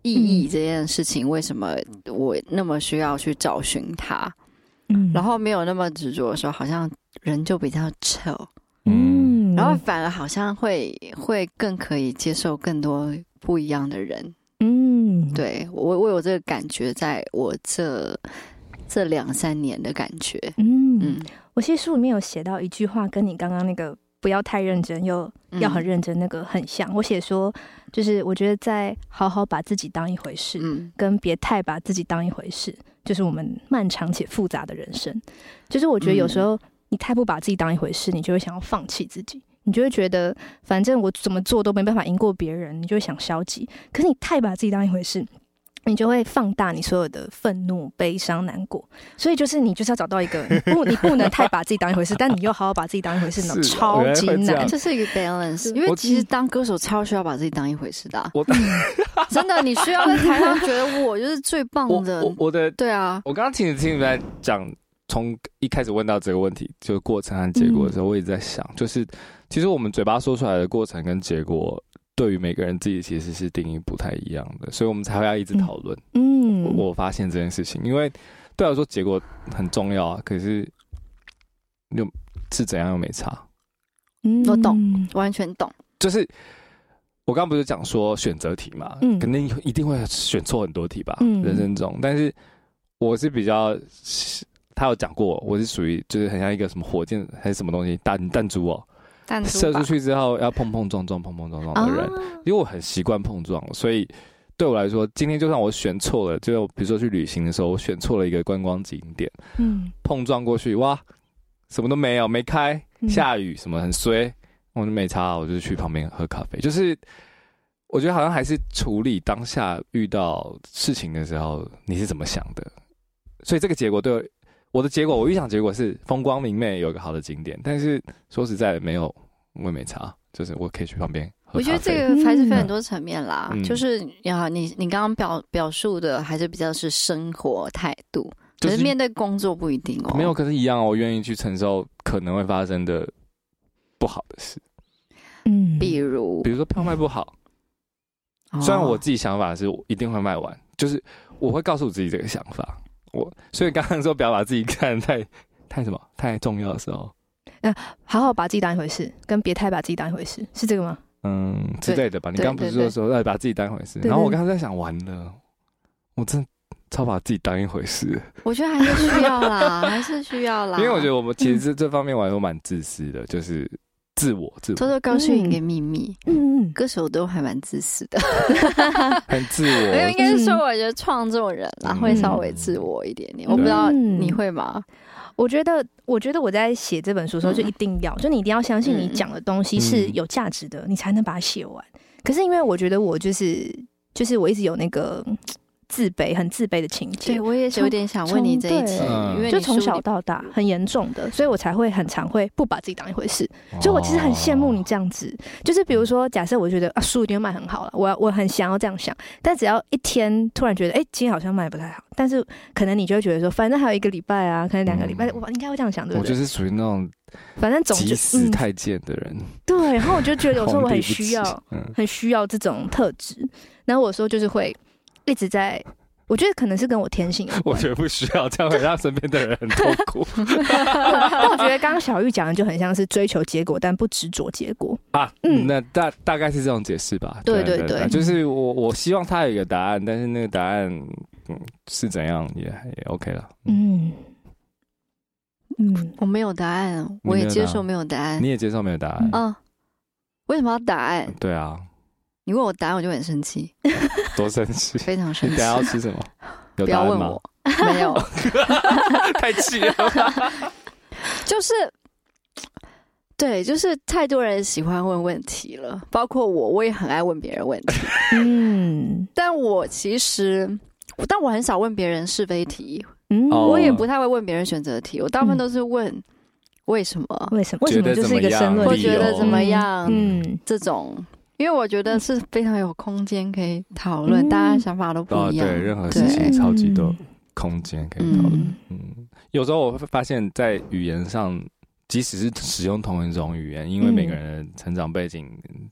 意义这件事情，为什么我那么需要去找寻它？嗯，然后没有那么执着的时候，好像人就比较 chill， 嗯，然后反而好像会会更可以接受更多不一样的人。嗯，对我我有这个感觉，在我这这两三年的感觉。嗯嗯，我其实书里面有写到一句话，跟你刚刚那个不要太认真又要很认真那个很像。嗯、我写说，就是我觉得在好好把自己当一回事，嗯，跟别太把自己当一回事，就是我们漫长且复杂的人生。就是我觉得有时候你太不把自己当一回事，你就会想要放弃自己。你就会觉得反正我怎么做都没办法赢过别人，你就会想消极。可是你太把自己当一回事，你就会放大你所有的愤怒、悲伤、难过。所以就是你就是要找到一个，你不你不能太把自己当一回事，但你又好好把自己当一回事，那超级难。 这是一个 balance， 因为其实当歌手超需要把自己当一回事的、啊。我真的，你需要在台上觉得我就是最棒的。 我, 我, 我的对啊， 我刚刚听你听你在讲，从一开始问到这个问题，就是过程和结果的时候，嗯、我一直在想，就是其实我们嘴巴说出来的过程跟结果，对于每个人自己其实是定义不太一样的，所以我们才会要一直讨论。嗯，我, 我发现这件事情，因为对我来说结果很重要啊，可是又是怎样又没差。 嗯，我懂，完全懂。 就是我刚刚不是讲说选择题嘛，嗯，肯定一定会选错很多题吧，嗯，人生中，但是我是比较。他有讲过，我是属于就是很像一个什么火箭还是什么东西弹弹珠哦，弹珠射出去之后要碰碰撞撞碰碰撞撞的人，哦、因为我很习惯碰撞，所以对我来说，今天就算我选错了，就比如说去旅行的时候，我选错了一个观光景点，嗯，碰撞过去，哇，什么都没有，没开，下雨什么很衰，我就没差，我就去旁边喝咖啡。就是我觉得好像还是处理当下遇到事情的时候，你是怎么想的，所以这个结果对我。我的结果，我预想结果是风光明媚，有一个好的景点，但是说实在的，没有，我也没差，就是我可以去旁边喝咖啡。 我觉得这个还是分很多层面啦，嗯、就是呀，你你刚刚表表述的还是比较是生活态度，可是面对工作不一定哦。 没有，可是一样，我愿意去承受可能会发生的不好的事。 嗯，比如， 比如说票卖不好，嗯、虽然我自己想法是我一定会卖完，就是我会告诉我自己这个想法。我所以刚刚说不要把自己看得太太什么太重要的时候， 呃，好好把自己当一回事，跟别太把自己当一回事，是这个吗？ 嗯，之类的吧。你刚刚不是说说要把自己当一回事，然后我刚刚在想，完了，我真的超把自己当一回事。 我觉得还是需要啦，还是需要啦。 因为我觉得我们其实这方面我还蛮自私的，就是自我自我。 偷偷告诉你一个秘密，嗯，歌手都还蛮自私的， 很自我。 没有，应该是说我觉得创作人啦、嗯、会稍微自我一点点。我不知道你会吗？ 我觉得，我觉得我在写这本书的时候就一定要，嗯、就你一定要相信你讲的东西是有价值的，嗯、你才能把它写完。可是因为我觉得我就是就是我一直有那个。自卑，很自卑的情节。 对，我也是有点想问你这一题，因为就从小到大很严重的，所以我才会很常会不把自己当一回事。哦、所以我其实很羡慕你这样子，就是比如说，假设我觉得啊书一定卖很好了，我我很想要这样想，但只要一天突然觉得，哎、欸，今天好像卖不太好，但是可能你就会觉得说，反正还有一个礼拜啊，可能两个礼拜，嗯、我应该会这样想，对不对？ 我就是属于那种， 反正总急死太监的人、嗯。对， 然后我就觉得有时候我很需要，嗯、很需要这种特质，然后我说就是会。一直在，我觉得可能是跟我天性有关。 我觉得不需要，这样会让身边的人很痛苦。 但我觉得刚刚小玉讲的就很像是追求结果，但不执着结果啊。嗯，那大大概是这种解释吧。 对对 对, 对, 对， 就是我我希望他有一个答案，但是那个答案嗯是怎样也也 OK 了。嗯嗯，我没有答案，我也接受没有答案。 你也接受没有答案？ 嗯，为什么要答案？ 对啊。 你问我答案，我就很生气， 多生气， 非常生气。 你等一下要吃什么？有答案吗？不要问我，没有， 太气了。 就是，对，就是太多人喜欢问问题了，包括我，我也很爱问别人问题。嗯，但我其实，但我很少问别人是非题，嗯，我也不太会问别人选择题，我大部分都是问为什么， 为什么，为什么就是一个申论， 我觉得怎么样，嗯，这种。因为我觉得是非常有空间可以讨论，嗯、大家想法都不一样。 哦、对，任何事情超级多空间可以讨论。嗯, 嗯，有时候我会发现，在语言上，即使是使用同一种语言，因为每个人的成长背景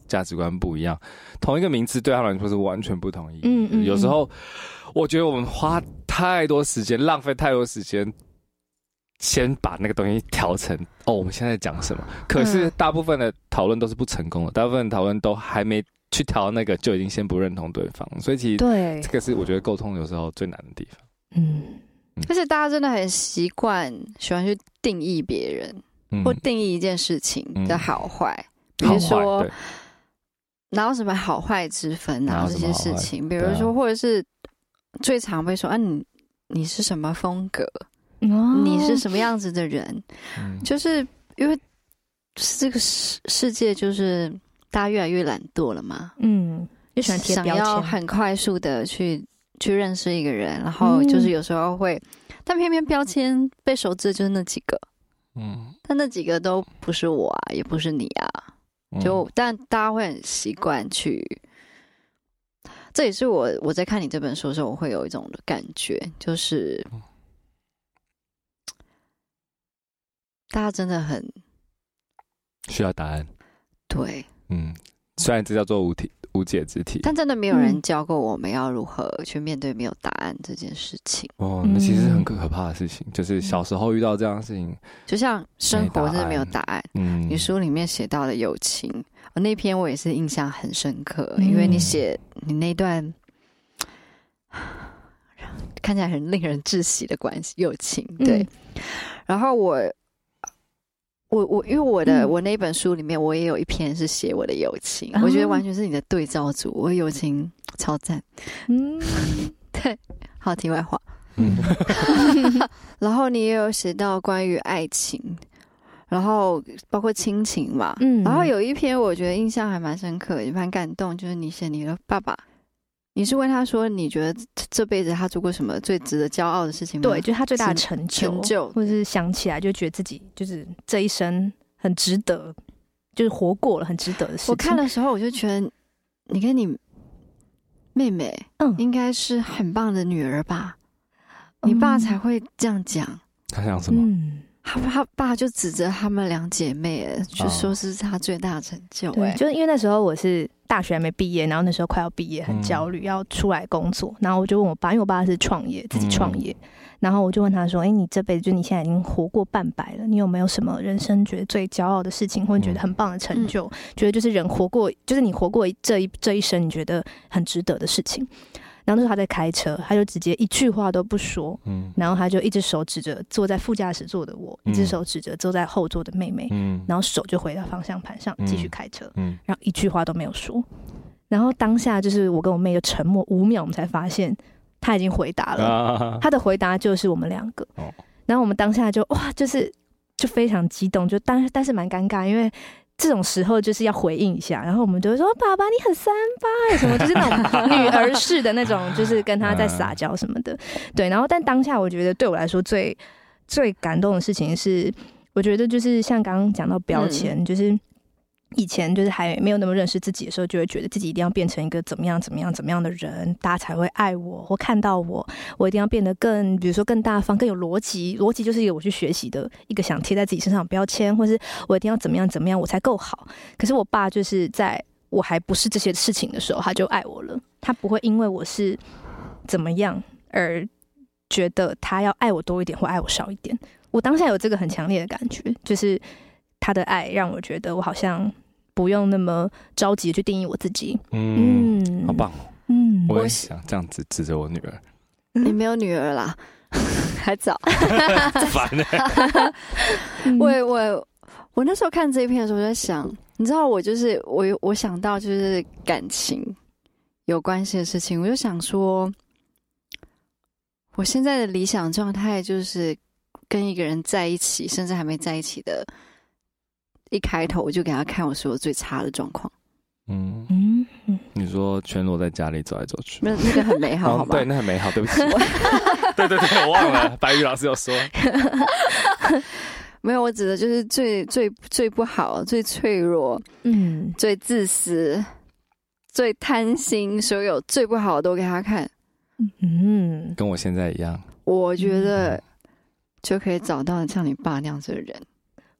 价值观不一样，同一个名字对他们来说是完全不同意。嗯嗯，有时候我觉得我们花太多时间，浪费太多时间，先把那个东西调成哦，我们现在讲什么？可是大部分的讨论都是不成功的，大部分的讨论都还没去调那个，就已经先不认同对方。所以其实对这个是我觉得沟通有时候最难的地方。嗯。 而且大家真的很习惯喜欢去定义别人，嗯、或定义一件事情的好坏，嗯、比如说哪有什么好坏之分啊这些事情，比如说、啊、或者是最常被说啊你你是什么风格，哦、你是什么样子的人，嗯、就是因为这个世世界就是大家越来越懒惰了嘛，嗯，就喜欢贴标签，想要很快速的去。去认识一个人，然后就是有时候会，嗯、但偏偏标签被熟知的就是那几个，嗯，但那几个都不是我啊，也不是你啊，嗯、就但大家会很习惯去，这也是我我在看你这本书的时候，我会有一种的感觉，就是大家真的很需要答案， 对， 嗯，虽然这叫做无题。无解之题， 但真的没有人教过我们要如何去面对没有答案这件事情。 哦，那其实很可怕的事情，嗯、就是小时候遇到这样的事情， 就像生活真的没有答案。嗯，你书里面写到的友情，我那篇我也是印象很深刻，嗯、因为你写你那段看起来很令人窒息的关系友情，对。嗯、然后我。我我因为我的、嗯、我那本书里面我也有一篇是写我的友情，啊、我觉得完全是你的对照组，我的友情超赞。嗯，对，好，题外话。嗯，然后你也有写到关于爱情，然后包括亲情嘛。嗯，然后有一篇我觉得印象还蛮深刻，也蛮感动，就是你写你的爸爸。你是问他说你觉得这辈子他做过什么最值得骄傲的事情吗？ 对，就是他最大的成就，成就或者是想起来就觉得自己就是这一生很值得，就是活过了很值得的事情。 我看的时候我就觉得你跟你妹妹嗯应该是很棒的女儿吧，嗯、你爸才会这样讲。 他讲什么？嗯他他爸就指着他们两姐妹，就说是他最大的成就。 对，就是因为那时候我是大学还没毕业，然后那时候快要毕业，很焦虑，嗯、要出来工作。然后我就问我爸，因为我爸是创业，自己创业。嗯、然后我就问他说：“哎、欸，你这辈子就你现在已经活过半百了，你有没有什么人生觉得最骄傲的事情，或者觉得很棒的成就？嗯、觉得就是人活过，就是你活过这一这一生，你觉得很值得的事情？”然后那时候他在开车，他就直接一句话都不说，嗯，然后他就一只手指着坐在副驾驶座的我，嗯、一只手指着坐在后座的妹妹，嗯，然后手就回到方向盘上继续开车，嗯，然后一句话都没有说。然后当下就是我跟我妹就沉默五秒，我们才发现他已经回答了，啊、他的回答就是我们两个。哦、然后我们当下就哇，就是就非常激动，就但但是蛮尴尬，因为。这种时候就是要回应一下，然后我们就会说：“爸爸，你很三八什么？”就是那种女儿式的那种，就是跟他在撒娇什么的。对，然后但当下我觉得对我来说最最感动的事情是，我觉得就是像刚刚讲到标签，嗯、就是以前就是还没有那么认识自己的时候，就会觉得自己一定要变成一个怎么样怎么样怎么样的人，大家才会爱我或看到我。我一定要变得更，比如说更大方、更有逻辑。逻辑就是一个我去学习的一个想贴在自己身上的标签，或是我一定要怎么样怎么样我才够好。可是我爸就是在我还不是这些事情的时候，他就爱我了。他不会因为我是怎么样而觉得他要爱我多一点或爱我少一点。我当下有这个很强烈的感觉，就是他的爱让我觉得我好像不用那么着急去定义我自己。 嗯，嗯好棒哦。嗯，我也想这样子指着我女儿。 你没有女儿啦，还早。 烦欸。 我我我那时候看这一篇的时候，我在想，你知道，我就是我我想到就是感情有关系的事情，我就想说，我现在的理想状态就是跟一个人在一起，甚至还没在一起的。一开头我就给他看我说我最差的状况。 嗯嗯，你说全裸在家里走来走去， 那那个很美好，好吧？ 对，那很美好。对不起，对对对，我忘了，白宇老师有说。 没有，我指的就是最最最不好、最脆弱、嗯，最自私、最贪心，所有最不好的都给他看。 嗯，跟我现在一样。 我觉得就可以找到像你爸那样子的人。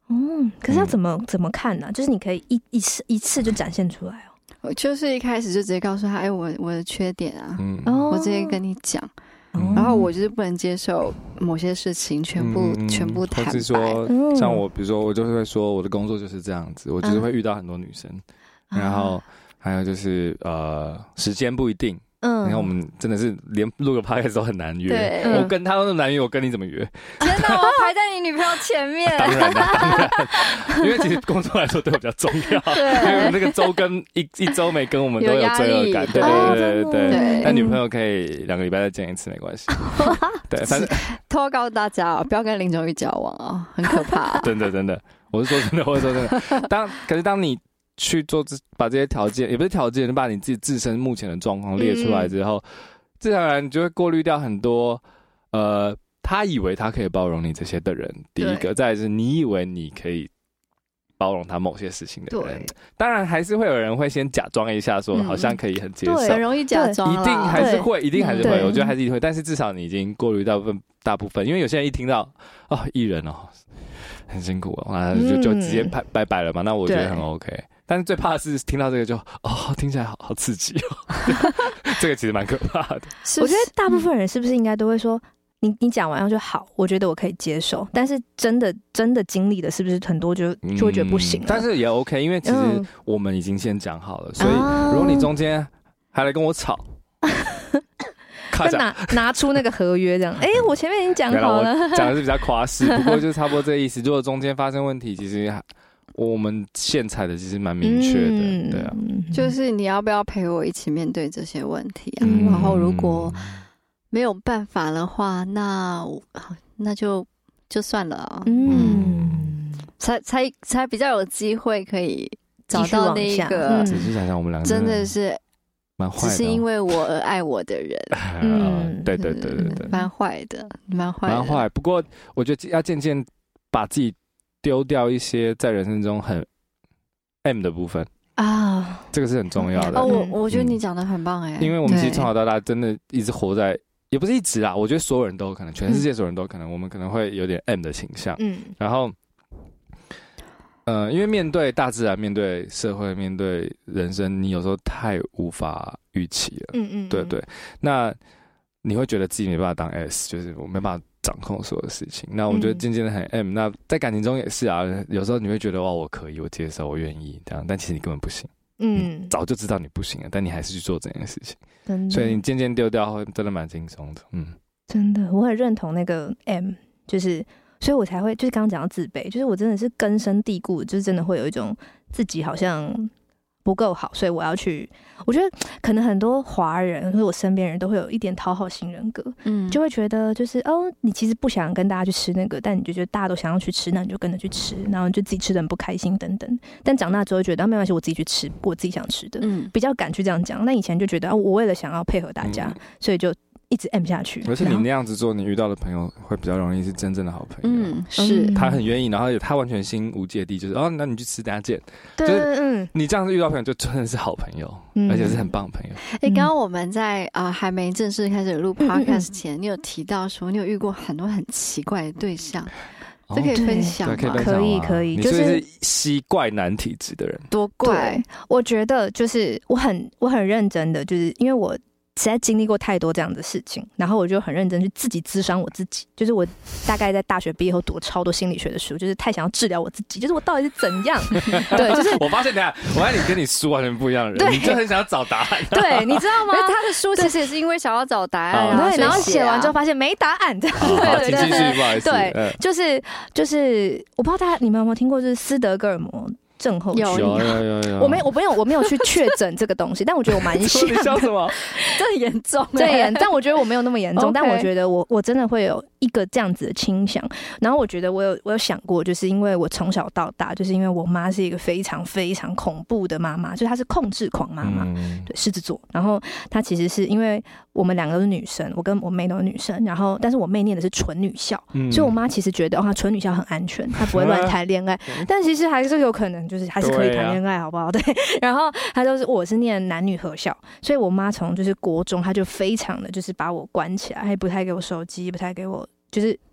嗯，可是要怎么、嗯、怎么看呢、啊？就是你可以一一次一次就展现出来哦。 我就是一开始就直接告诉他，哎，我我的缺点啊，嗯，我直接跟你讲。嗯、然后我就是不能接受某些事情全部、嗯、全部坦白，或是说像我，比如说我就会说我的工作就是这样子，我就是会遇到很多女生，嗯、然后还有就是呃时间不一定。嗯，你看我们真的是连录个 podcast 都很难约。对，我跟他都那么难约，我跟你怎么约？ 真的，我排在你女朋友前面。 当然了，当然，因为其实工作来说对我比较重要。对，因为那个周更一一周没跟，我们都有罪恶感。对对对对对。但女朋友可以两个礼拜再见一次，没关系。对，反正偷告诉大家哦，不要跟林宗宇交往哦，很可怕。 真的真的，我是说真的，我是说真的。当可是当你去做这把这些条件，也不是条件，就把你自己自身目前的状况列出来之后，嗯、自然而然你就会过滤掉很多，呃，他以为他可以包容你这些的人。第一个，再来是你以为你可以包容他某些事情的人。当然还是会有人会先假装一下，说好像可以很接受， 嗯、很容易假装， 一定还是会，一定还是会，我觉得还是会。但是至少你已经过滤大部分大部分，因为有些人一听到哦艺人哦很辛苦哦，那就就直接拜拜拜了嘛。那我觉得很 OK。但是最怕的是听到这个就哦，听起来好好刺激哦，这个其实蛮可怕的。 我觉得大部分人是不是应该都会说，你你讲完就好，我觉得我可以接受。但是真的真的经历的，是不是很多就就会觉得不行、嗯？ 但是也 OK， 因为其实我们已经先讲好了，嗯、所以如果你中间还来跟我吵。 就拿拿出那个合约这样，哎、欸，我前面已经讲好了， 讲的是比较夸饰，不过就是差不多这个意思。如果中间发生问题，其实我们现采的其实蛮明确的，嗯、对啊， 就是你要不要陪我一起面对这些问题啊？嗯、然后如果没有办法的话，那那就就算了啊，嗯，才才才比较有机会可以找到那个。 仔细想想，我们两个真的是。 蛮坏的、哦， 只是因为我而爱我的人， 嗯，对对对对对， 蛮坏的，蛮坏， 蛮坏。不过我觉得要渐渐把自己丢掉一些在人生中很 M 的部分啊，这个是很重要的。 哦，我我觉得你讲的很棒哎、 嗯，因为我们其实从小到大真的一直活在，也不是一直啦，我觉得所有人都有可能，全世界所有人都有可能，嗯、我们可能会有点 M 的倾向，嗯，然后。呃，因为面对大自然、面对社会、面对人生，你有时候太无法预期了。嗯嗯，对对。那你会觉得自己没办法当 S， 就是我没办法掌控所有的事情。那我觉得渐渐的很 M、嗯。那在感情中也是啊，有时候你会觉得哇，我可以，我接受，我愿意这样，但其实你根本不行。嗯，早就知道你不行了，但你还是去做这件事情。真的。所以你渐渐丢掉，会真的蛮轻松的。嗯， 真的，我很认同那个 M， 就是。所以我才会就是刚刚讲到自卑，就是我真的是根深蒂固，就是真的会有一种自己好像不够好，所以我要去。我觉得可能很多华人或者我身边人都会有一点讨好型人格，嗯，就会觉得就是哦，你其实不想跟大家去吃那个，但你就觉得大家都想要去吃，那你就跟着去吃，然后你就自己吃得很不开心等等。但长大之后觉得、啊、没关系，我自己去吃我自己想吃的，嗯，比较敢去这样讲。那以前就觉得啊，我为了想要配合大家，嗯、所以就。一直 M 下去， 而且你那样子做，你遇到的朋友会比较容易是真正的好朋友。 嗯，是他很愿意，然后他完全心无芥蒂，就是哦，那你去吃，等下见。对，就是嗯，你这样子遇到朋友，就真的是好朋友，嗯、而且是很棒的朋友。 哎、欸，刚刚我们在啊、呃、还没正式开始录 podcast 前，嗯嗯你有提到说你有遇过很多很奇怪的对象。哦、这可以分享吗？ 可以分享可以可以， 你就是吸怪男体质的人， 多怪。 我觉得就是我很我很认真的，就是因为我。实在经历过太多这样的事情，然后我就很认真去自己諮商我自己。就是我大概在大学毕业后读了超多心理学的书，就是太想要治疗我自己，就是我到底是怎样？对，就是我发现，等一下，我发现你跟你书完全不一样的人，你就很想要找答案。 对，你知道吗？ 他的书其实也是因为想要找答案， 对，然后写完之后发现没答案。对对对，继续，不好意思。 对，就是就是，我不知道大家你们有没有听过，就是斯德哥尔摩症候群。 有有有有， 我没有我没有我没有去确诊这个东西，但我觉得我蛮像的。 你笑什么？ 这很严重， 对严，但我觉得我没有那么严重， okay. 但我觉得我我真的会有一个这样子的倾向。然后我觉得我有我有想过，就是因为我从小到大，就是因为我妈是一个非常非常恐怖的妈妈，就是她是控制狂妈妈，嗯、对，狮子座。然后她其实是因为我们两个都是女生，我跟我妹都是女生，然后但是我妹念的是纯女校，嗯、所以我妈其实觉得哦，她纯女校很安全，她不会乱谈恋爱，但其实还是有可能。就是还是可以谈恋爱，好不好？对，然后他就是我是念男女合校，所以我妈从就是国中，她就非常的就是把我关起来，还不太给我手机，不太给我，就是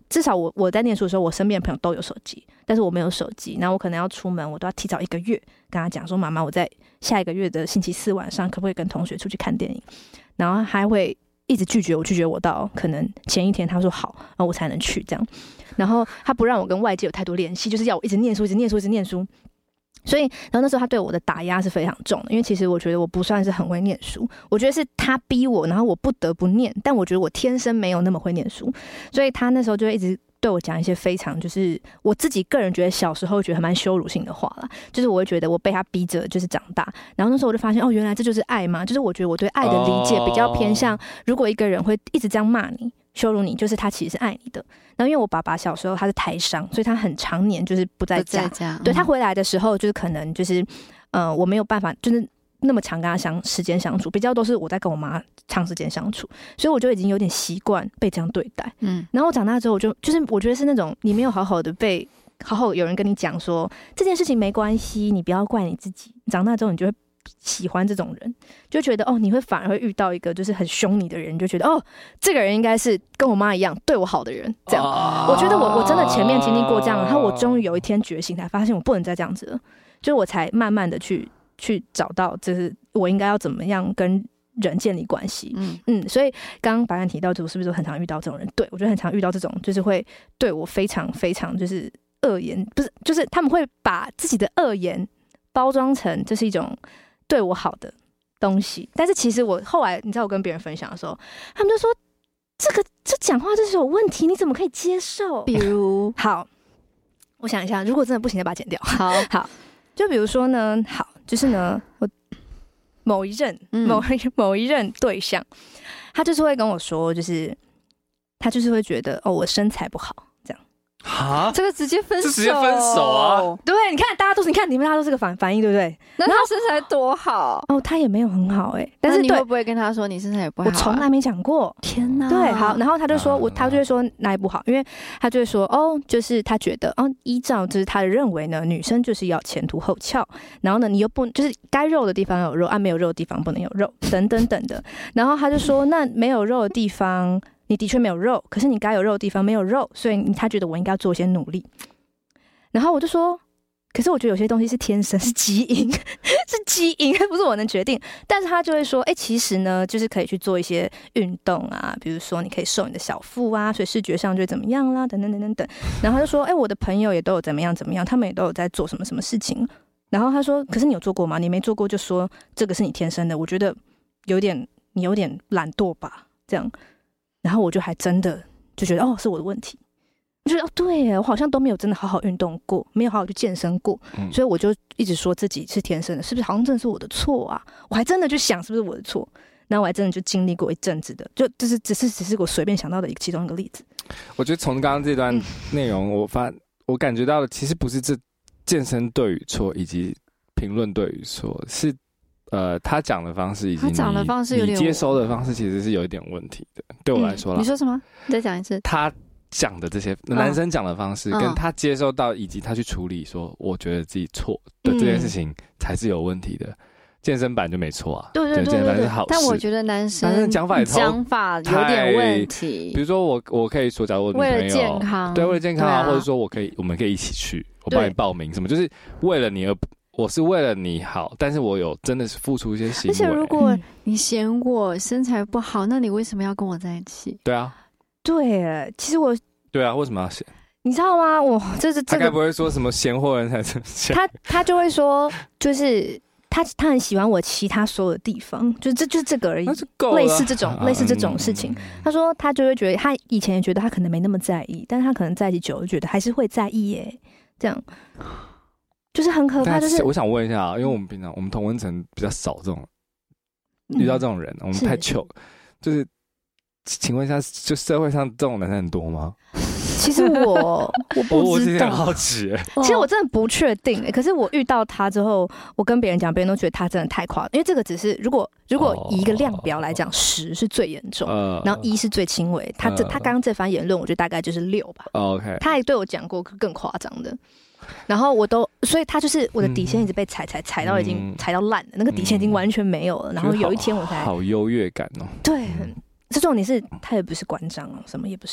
至少我我在念书的时候，我身边的朋友都有手机，但是我没有手机。然后我可能要出门，我都要提早一个月跟他讲说，妈妈，我在下一个月的星期四晚上可不可以跟同学出去看电影？然后还会一直拒绝我，拒绝我到可能前一天他说好，然后我才能去这样。然后他不让我跟外界有太多联系，就是要我一直念书，一直念书，一直念书。所以，然后那时候他对我的打压是非常重的，因为其实我觉得我不算是很会念书，我觉得是他逼我，然后我不得不念，但我觉得我天生没有那么会念书，所以他那时候就会一直对我讲一些非常就是我自己个人觉得小时候觉得蛮羞辱性的话啦，就是我会觉得我被他逼着就是长大，然后那时候我就发现哦，原来这就是爱嘛，就是我觉得我对爱的理解比较偏向，如果一个人会一直这样骂你、羞辱你，就是他其实是爱你的。然后因为我爸爸小时候他是台商，所以他很常年就是不在家， 不在家对他回来的时候就是可能就是呃我没有办法就是那么长跟他相时间相处，比较都是我在跟我妈长时间相处，所以我就已经有点习惯被这样对待。嗯，然后我长大之后，我就就是我觉得是那种你没有好好的被好好有人跟你讲说这件事情没关系，你不要怪你自己。长大之后，你就会喜欢这种人，就觉得哦，你会反而会遇到一个就是很凶你的人，你就觉得哦，这个人应该是跟我妈一样对我好的人。这样，哦、我觉得我我真的前面经历过这样，然后我终于有一天觉醒，才发现我不能再这样子了，就是我才慢慢的去。去找到就是我应该要怎么样跟人建立关系，嗯嗯，所以刚刚白安提到，我是不是很常遇到这种人？对，我觉得很常遇到这种，就是会对我非常非常就是恶言，不是，就是他们会把自己的恶言包装成这是一种对我好的东西，但是其实我后来，你知道我跟别人分享的时候，他们就说这个这讲话就是有问题，你怎么可以接受？ 比如， 好，我想一下，如果真的不行，就把它剪掉。 好好，就比如说呢，好。就是呢，我某一任、嗯、某一某一任对象，他就是会跟我说，就是他就是会觉得哦，我身材不好，这样。 哈， 这个直接分手， 这直接分手啊！ 对，你看大家都是，你看你们大家都是个反反应，对不对？ 那他身材多好哦，他也没有很好哎、欸，但是你会不会跟他说你身材也不好、啊？ 我从来没讲过。 天哪！ 对，好，然后他就说我，他就会说哪里不好，因为他就会说哦，就是他觉得哦，依照就是他的认为呢，女生就是要前凸后翘，然后呢，你又不就是该肉的地方有肉，啊没有肉的地方不能有肉，等等等的。然后他就说，那没有肉的地方。你的确没有肉，可是你该有肉的地方没有肉，所以他觉得我应该要做一些努力。然后我就说，可是我觉得有些东西是天生，是基因，是基因，不是我能决定。但是他就会说，哎、欸，其实呢，就是可以去做一些运动啊，比如说你可以瘦你的小腹啊，所以视觉上就会怎么样啦，等等等等等。然后他就说，哎、欸，我的朋友也都有怎么样怎么样，他们也都有在做什么什么事情。然后他说，可是你有做过吗？你没做过就说这个是你天生的，我觉得有点你有点懒惰吧，这样。然后我就还真的就觉得哦，是我的问题。我觉得哦，对耶，我好像都没有真的好好运动过，没有好好去健身过，嗯、所以我就一直说自己是天生的，是不是？好像真的是我的错啊！我还真的去想是不是我的错，然后我还真的就经历过一阵子的，就就是只是只是我随便想到的一个其中一个例子。 我觉得从刚刚这段内容，我发我感觉到的其实不是这健身对与错，以及评论对与错，是。呃，他讲的方式以及他讲的方式有点， 你接收的方式其实是有一点问题的。对我来说啦、 嗯，你说什么？你再讲一次。 他讲的这些男生讲的方式，跟他接收到以及他去处理说，我觉得自己错的这件事情才是有问题的。健身版就没错啊， 对对对对， 健身版是好事。 但我觉得男生男生讲法也讲法有点问题。 比如说我我可以说，假如我女朋友为了健康， 对，为了健康啊，或者说我可以，我们可以一起去，我帮你报名什么，就是为了你而。我是为了你好，但是我有真的是付出一些行为。 而且如果你嫌我身材不好，那你为什么要跟我在一起？ 对啊， 对，其实我对啊，为什么要嫌？ 你知道吗？我这是这个， 他该不会说什么嫌货人才是？ 他他就会说，就是他他很喜欢我其他所有的地方，就这就是这个而已。类似这种、啊、类似这种事情，嗯、他说他就会觉得，他以前也觉得他可能没那么在意，但是他可能在一起久了，觉得还是会在意耶，这样。就是很可怕，就是我想问一下啊，因为我们平常我们同温层比较少这种、嗯、遇到这种人，我们太糗，就是请问一下，就社会上这种男生很多吗？ 其实我我不知道， 我其实很好奇、欸， 其实我真的不确定、欸。可是我遇到他之后，我跟别人讲，别人都觉得他真的太夸张，因为这个只是如果如果以一个量表来讲，十、哦、是最严重，呃、然后一是最轻微。他这、呃、他刚刚这番言论，我觉得大概就是六吧。 OK， 他还对我讲过更夸张的。然后我都，所以他就是我的底线一直被踩踩踩到已经踩到烂了，那个底线已经完全没有了。然后有一天我才好优越感哦。 对，这重点是他也不是馆长哦，什么也不是，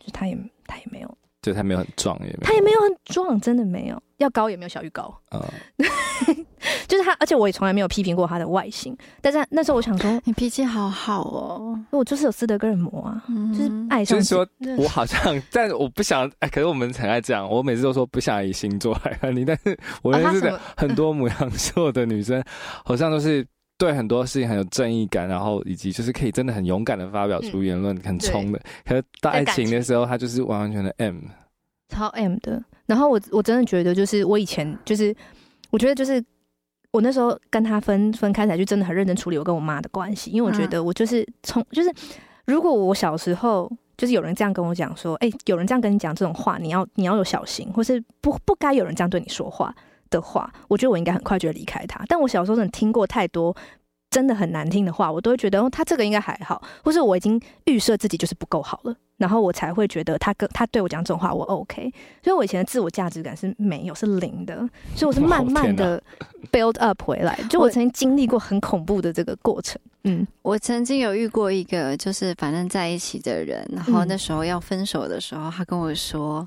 就他也他也没有， 就他没有很壮，也没有他也没有很壮，真的没有，要高也没有小玉高。嗯，就是他，而且我也从来没有批评过他的外形。但是那时候我想说， 你脾气好好哦， 我就是有斯德哥尔摩啊，嗯、就是爱上。 就是说我好像，但我不想，哎，可是我们很爱这样，我每次都说不想以星座来看你，但是我认识的很多牡羊座的女生，好像都是。对很多事情很有正义感，然后以及就是可以真的很勇敢的发表出言论，嗯、很冲的。可是到爱情的时候，他就是完完全的 M， 超 M 的。然后我我真的觉得，就是我以前就是，我觉得就是我那时候跟他分分开才就真的很认真处理我跟我妈的关系，因为我觉得我就是从就是如果我小时候就是有人这样跟我讲说，哎、欸，有人这样跟你讲这种话，你要你要有小心，或是不不该有人这样对你说话。的话，我觉得我应该很快就会离开他。但我小时候真的听过太多真的很难听的话，我都会觉得、哦、他这个应该还好，或是我已经预设自己就是不够好了，然后我才会觉得他跟他对我讲这种话我 OK。所以我以前的自我价值感是没有，是零的，所以我是慢慢的 build up 回来。就我曾经经历过很恐怖的这个过程。嗯， 我曾经有遇过一个就是反正在一起的人，然后那时候要分手的时候，他跟我说。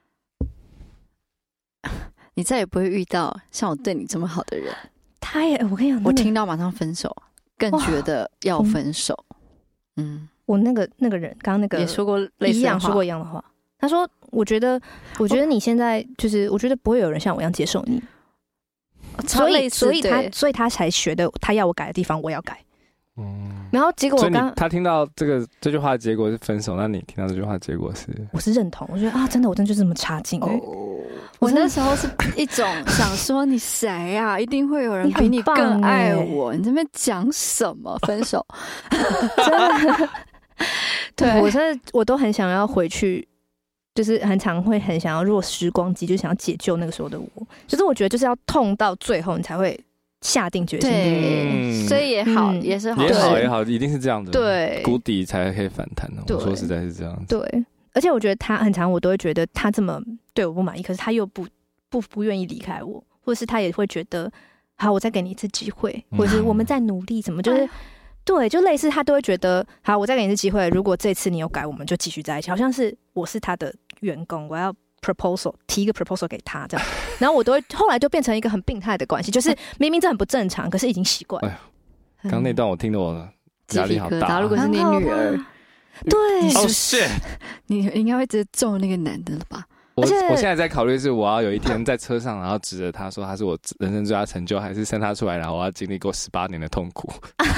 你再也不会遇到像我对你这么好的人。 他也，我跟你讲， 我听到马上分手，更觉得要分手。嗯， 我那个那个人，刚刚那个也说过类似的话， 一样说过一样的话。他说：“我觉得，我觉得你现在就是，我觉得不会有人像我一样接受你。所以，所以他，所以他才学的，他要我改的地方，我要改。嗯，然后结果我刚他听到这个这句话的结果是分手，那你听到这句话的结果是？ 我是认同，我觉得啊，真的，我真的就是这么差劲、欸。哦我那时候是一种想说你谁啊，一定会有人比你更爱我， 你, 你这边讲什么分手？ 真的，对我真的我都很想要回去，就是很常会很想要，如果时光机就想要解救那个时候的我，就是我觉得就是要痛到最后你才会下定决心。 对，所以也好，嗯、也是好， 也好也好，一定是这样的。 对， 谷底才可以反弹的。我说实在是这样子。 对。而且我觉得他很常，我都会觉得他这么对我不满意，可是他又不不不愿意离开我，或是他也会觉得，好，我再给你一次机会，或者是我们再努力，怎么就是、哎、对，就类似他都会觉得，好，我再给你一次机会，如果这次你有改，我们就继续在一起，好像是我是他的员工，我要 proposal 提一个 proposal 给他这样，然后我都会后来就变成一个很病态的关系，就是明明这很不正常，可是已经习惯。 哎，刚刚那段我听得我压力好大。 如果是你女儿。 对， 哦、oh, shit 你应该会直接揍那个男的了吧？ 我我现在在考虑是，我要有一天在车上，然后指着他说他是我人生最大成就，还是生他出来，然后我要经历过十八年的痛苦，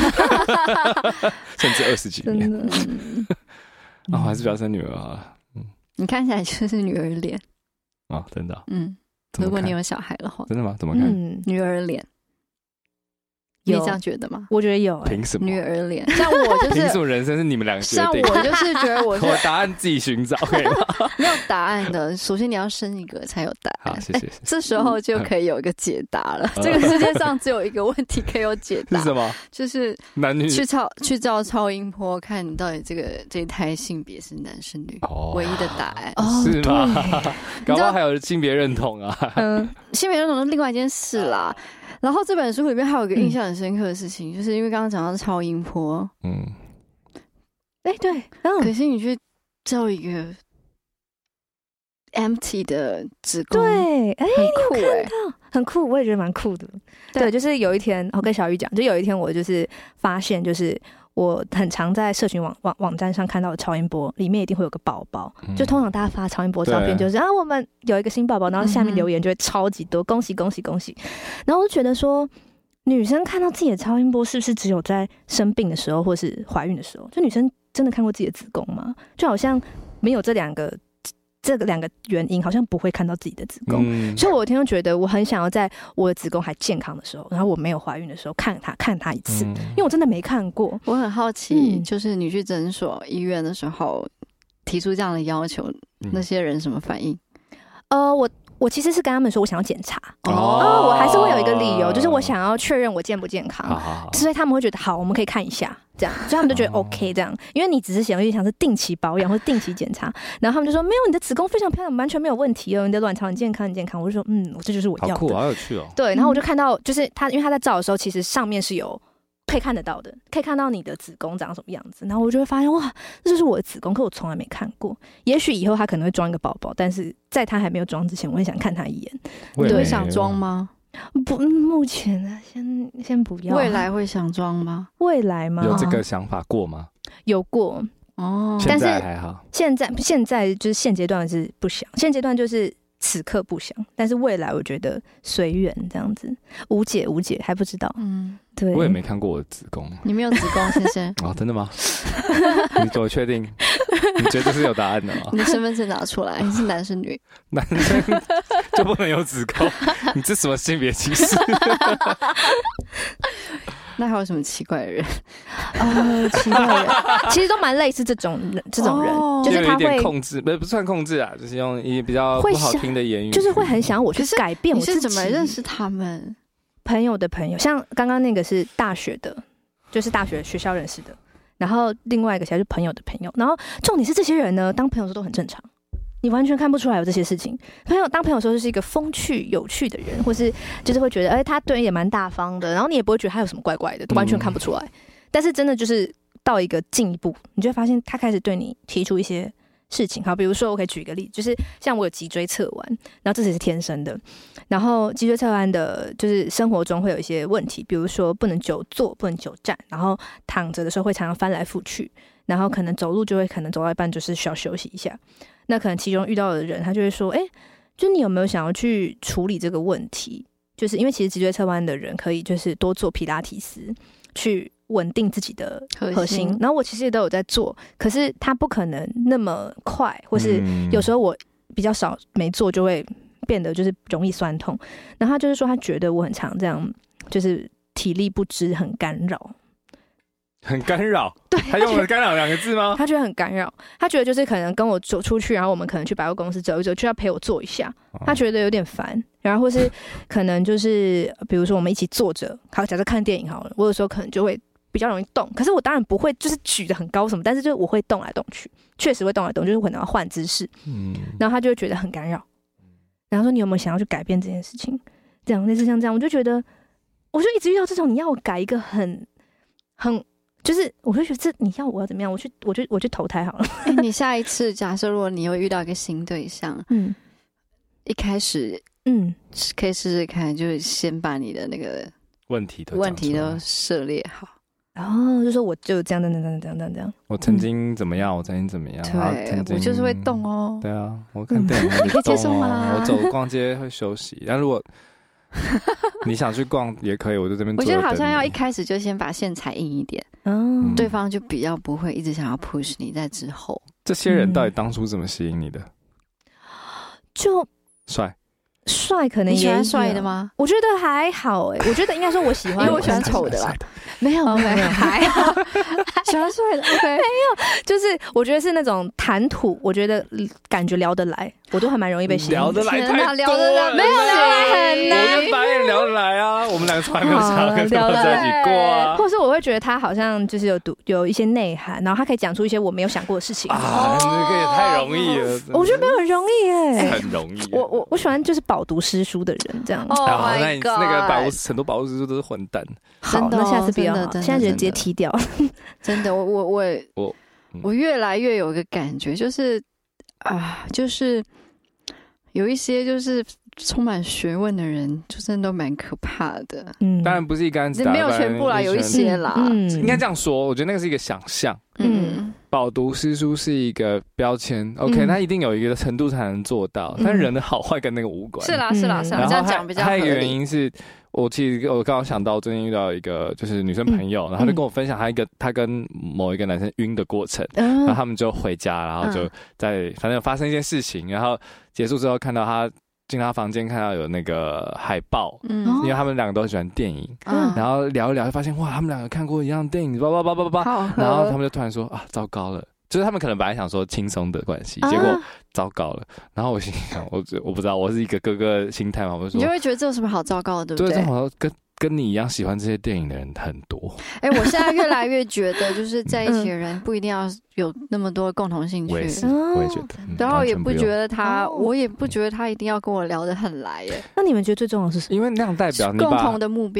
甚至二十几年。啊、哦，还是不要生女儿好了。嗯， 你看起来就是女儿脸。 哦，真的、哦。 嗯，如果你有小孩的话， 真的吗？怎么看？ 嗯、女儿脸。你这样觉得吗？ 我觉得有、欸。 凭什么？ 女儿脸，像我就是凭什么人生是你们两个决定？ 像我就是觉得我是我答案自己寻找，可以吗？ 没有答案的，首先你要生一个才有答案。 好，谢谢。 欸、这时候就可以有一个解答了。嗯、这个世界上只有一个问题可以有解答， 是什么？ 就是男女去超去照超音波，看你到底这个这一胎性别是男是女，哦、唯一的答案。 哦、是吗？搞不好还有性别认同啊。 嗯，性别认同是另外一件事啦。然后这本书里面还有一个印象很深刻的事情，嗯、就是因为刚刚讲到超音波， 嗯，哎、欸、对，嗯， 可是你去照一个 empty 的子宫， 对，哎、欸， 很酷哎、欸， 很酷，我也觉得蛮酷的。对，对就是有一天，我跟小玉讲，就有一天我就是发现，就是我很常在社群网网网站上看到的超音波，里面一定会有个宝宝。嗯、就通常大家发超音波照片，就是啊，我们有一个新宝宝，然后下面留言就会超级多，嗯、恭喜恭喜恭喜。然后我就觉得说，女生看到自己的超音波，是不是只有在生病的时候，或是怀孕的时候？就女生真的看过自己的子宫吗？就好像没有这两个。这个两个原因好像不会看到自己的子宫，嗯、所以我有天就觉得我很想要在我的子宫还健康的时候，然后我没有怀孕的时候看它看它一次，嗯、因为我真的没看过。 我很好奇，嗯、就是你去诊所、医院的时候提出这样的要求，嗯、那些人什么反应？呃，我。我其实是跟他们说，我想要检查哦，我还是会有一个理由，就是我想要确认我健不健康，所以他们会觉得好，我们可以看一下，这样，所以他们就觉得 OK 这样，因为你只是想有点像是定期保养或者定期检查，然后他们就说没有，你的子宫非常漂亮，完全没有问题哦，你的卵巢很健康很健康，我就说嗯，这就是我要的， 好酷，好有趣哦。 对，然后我就看到就是他，因为他在照的时候，其实上面是有可以看得到的，可以看到你的子宫长什么样子。然后我就会发现，哇，这就是我的子宫，可我从来没看过。也许以后他可能会装一个宝宝，但是在他还没有装之前，我很想看他一眼。 你会想装吗？ 不，目前呢，先先不要。 未来会想装吗？ 未来吗？ 有这个想法过吗？ 有过哦， 现在还好。 现在现在就是现阶段是不想，现阶段就是此刻不想，但是未来我觉得随缘这样子，无解无解还不知道。嗯，对， 我也没看过我的子宫。 你没有子宫，先生？ 哦，真的吗？你怎么确定？你觉得是有答案的吗？ 你的身份证拿出来，你是男是女？ 男生就不能有子宫？你这什么性别歧视？ 那还有什么奇怪的人？ 哦，奇怪的人，其实都蛮类似这种人，这种人、哦、就是他会控制，不不算控制啊，就是用一些比较不好听的言语， 就是会很想我去改变我自己。 你是怎么认识他们？ 朋友的朋友，像刚刚那个是大学的，就是大学学校认识的，然后另外一个才是朋友的朋友，然后重点是这些人呢，当朋友的时候都很正常。你完全看不出来有这些事情。朋友当朋友的时候就是一个风趣有趣的人，或是就是会觉得，哎、欸，他对你也蛮大方的，然后你也不会觉得他有什么怪怪的，完全看不出来。嗯、但是真的就是到一个进一步，你就会发现他开始对你提出一些事情。好，比如说我可以举一个例子，就是像我有脊椎侧弯，然后这只是天生的，然后脊椎侧弯的，就是生活中会有一些问题，比如说不能久坐，不能久站，然后躺着的时候会常常翻来覆去，然后可能走路就会可能走到一半就是需要休息一下。那可能其中遇到的人，他就会说：“哎、欸，就你有没有想要去处理这个问题？就是因为其实脊椎侧弯的人可以就是多做皮拉提斯，去稳定自己的核心。然后我其实也都有在做，可是他不可能那么快，或是有时候我比较少没做，就会变得就是容易酸痛。然后他就是说，他觉得我很常这样，就是体力不支，很干扰。” 很干扰， 对， 他用了干扰两个字吗？ 他觉得很干扰，他觉得就是可能跟我走出去，然後我们可能去百货公司走一走，就要陪我坐一下，他觉得有点烦。然后或是可能就是比如说我们一起坐着，好，假设看电影好了，我有时候可能就会比较容易动，可是我当然不会就是举得很高什么，但是就是我会动来动去，确实会动来动去，就是可能要换姿势，嗯，然后他就会觉得很干扰，然后说你有没有想要去改变这件事情？这样类似像这样，我就觉得，我就一直遇到这种你要我改一个很很。就是我会觉得这你要我要怎么样，我去我去我去投胎好了。 欸、你下一次假设如果你又遇到一个新对象，嗯，一开始嗯可以试试看，就是先把你的那个问题都问题都涉猎好， 然后就说我就这样这样这样这样这样， 我曾经怎么样，嗯、我曾经怎么样， 对，我就是会动哦。 对啊，我看电影会动、哦嗯、 你可以接受吗？ 我走逛街会休息，但如果你想去逛也可以，我就这边。 我觉得好像要一开始就先把线踩硬一点，嗯，对方就比较不会一直想要 push 你在之后。 这些人到底当初怎么吸引你的？ 就帅。 帅可能也你喜欢帅的吗？ 我觉得还好哎、欸，我觉得应该说我喜欢， 因为我喜欢丑的啦。 没有没有没有，还好， 喜欢帅的 OK 没有，就是我觉得是那种谈吐，我觉得感觉聊得来，我都还蛮容易被吸引。 聊得来太多了， 聊得来没有聊得来很难。 我跟白眼聊得来啊，我们两个从来没有想要跟他们在一起过啊。 或是我会觉得他好像就是有读有一些内涵，然后他可以讲出一些我没有想过的事情啊，这个也太容易了。 我觉得没有很容易耶、 欸，很容易。 我我我喜欢就是饱读诗书的人这样。 哦、oh 啊，那你那个百物很多百物诗书都是混蛋。 好，那下次不要，现在直接踢掉。 真的，我我我我、 嗯、我越来越有一个感觉，就是啊，就是有一些就是充满学问的人，就真的都蛮可怕的。 嗯，当然不是一竿子打翻， 没有全部啦，有一些啦。 嗯，应该这样说，我觉得那个是一个想象。嗯，饱读诗书是一个标签 ，OK， 它、嗯、一定有一个程度才能做到，嗯、但人的好坏跟那个无关。 是啦，是啦，是啦，这样讲比较合理。 还有一个原因是。我其实我刚刚想到，最近遇到一个就是女生朋友，嗯、然后她就跟我分享她一个她跟某一个男生晕的过程，嗯、然后他们就回家，然后就在反正发生一件事情，然后结束之后看到他进他房间，看到有那个海报，嗯，因为他们两个都很喜欢电影，嗯，然后聊一聊就发现哇，他们两个看过一样的电影，叭叭叭叭叭，然后他们就突然说啊，糟糕了。就是他们可能本来想说轻松的关系，结果糟糕了。然后我心想，我我不知道，我是一个哥哥心态嘛，我就说， 你就会觉得这有什么好糟糕的，对不对？ 对，正好跟跟你一样喜欢这些电影的人很多。 哎、欸，我现在越来越觉得，就是在一起的人不一定要有那么多共同兴趣。 我也是，我也觉得。 嗯、然后也不觉得他，我也不觉得他一定要跟我聊得很来耶。 那你们觉得最重要的是什么？ 因为那样代表你共同的目标。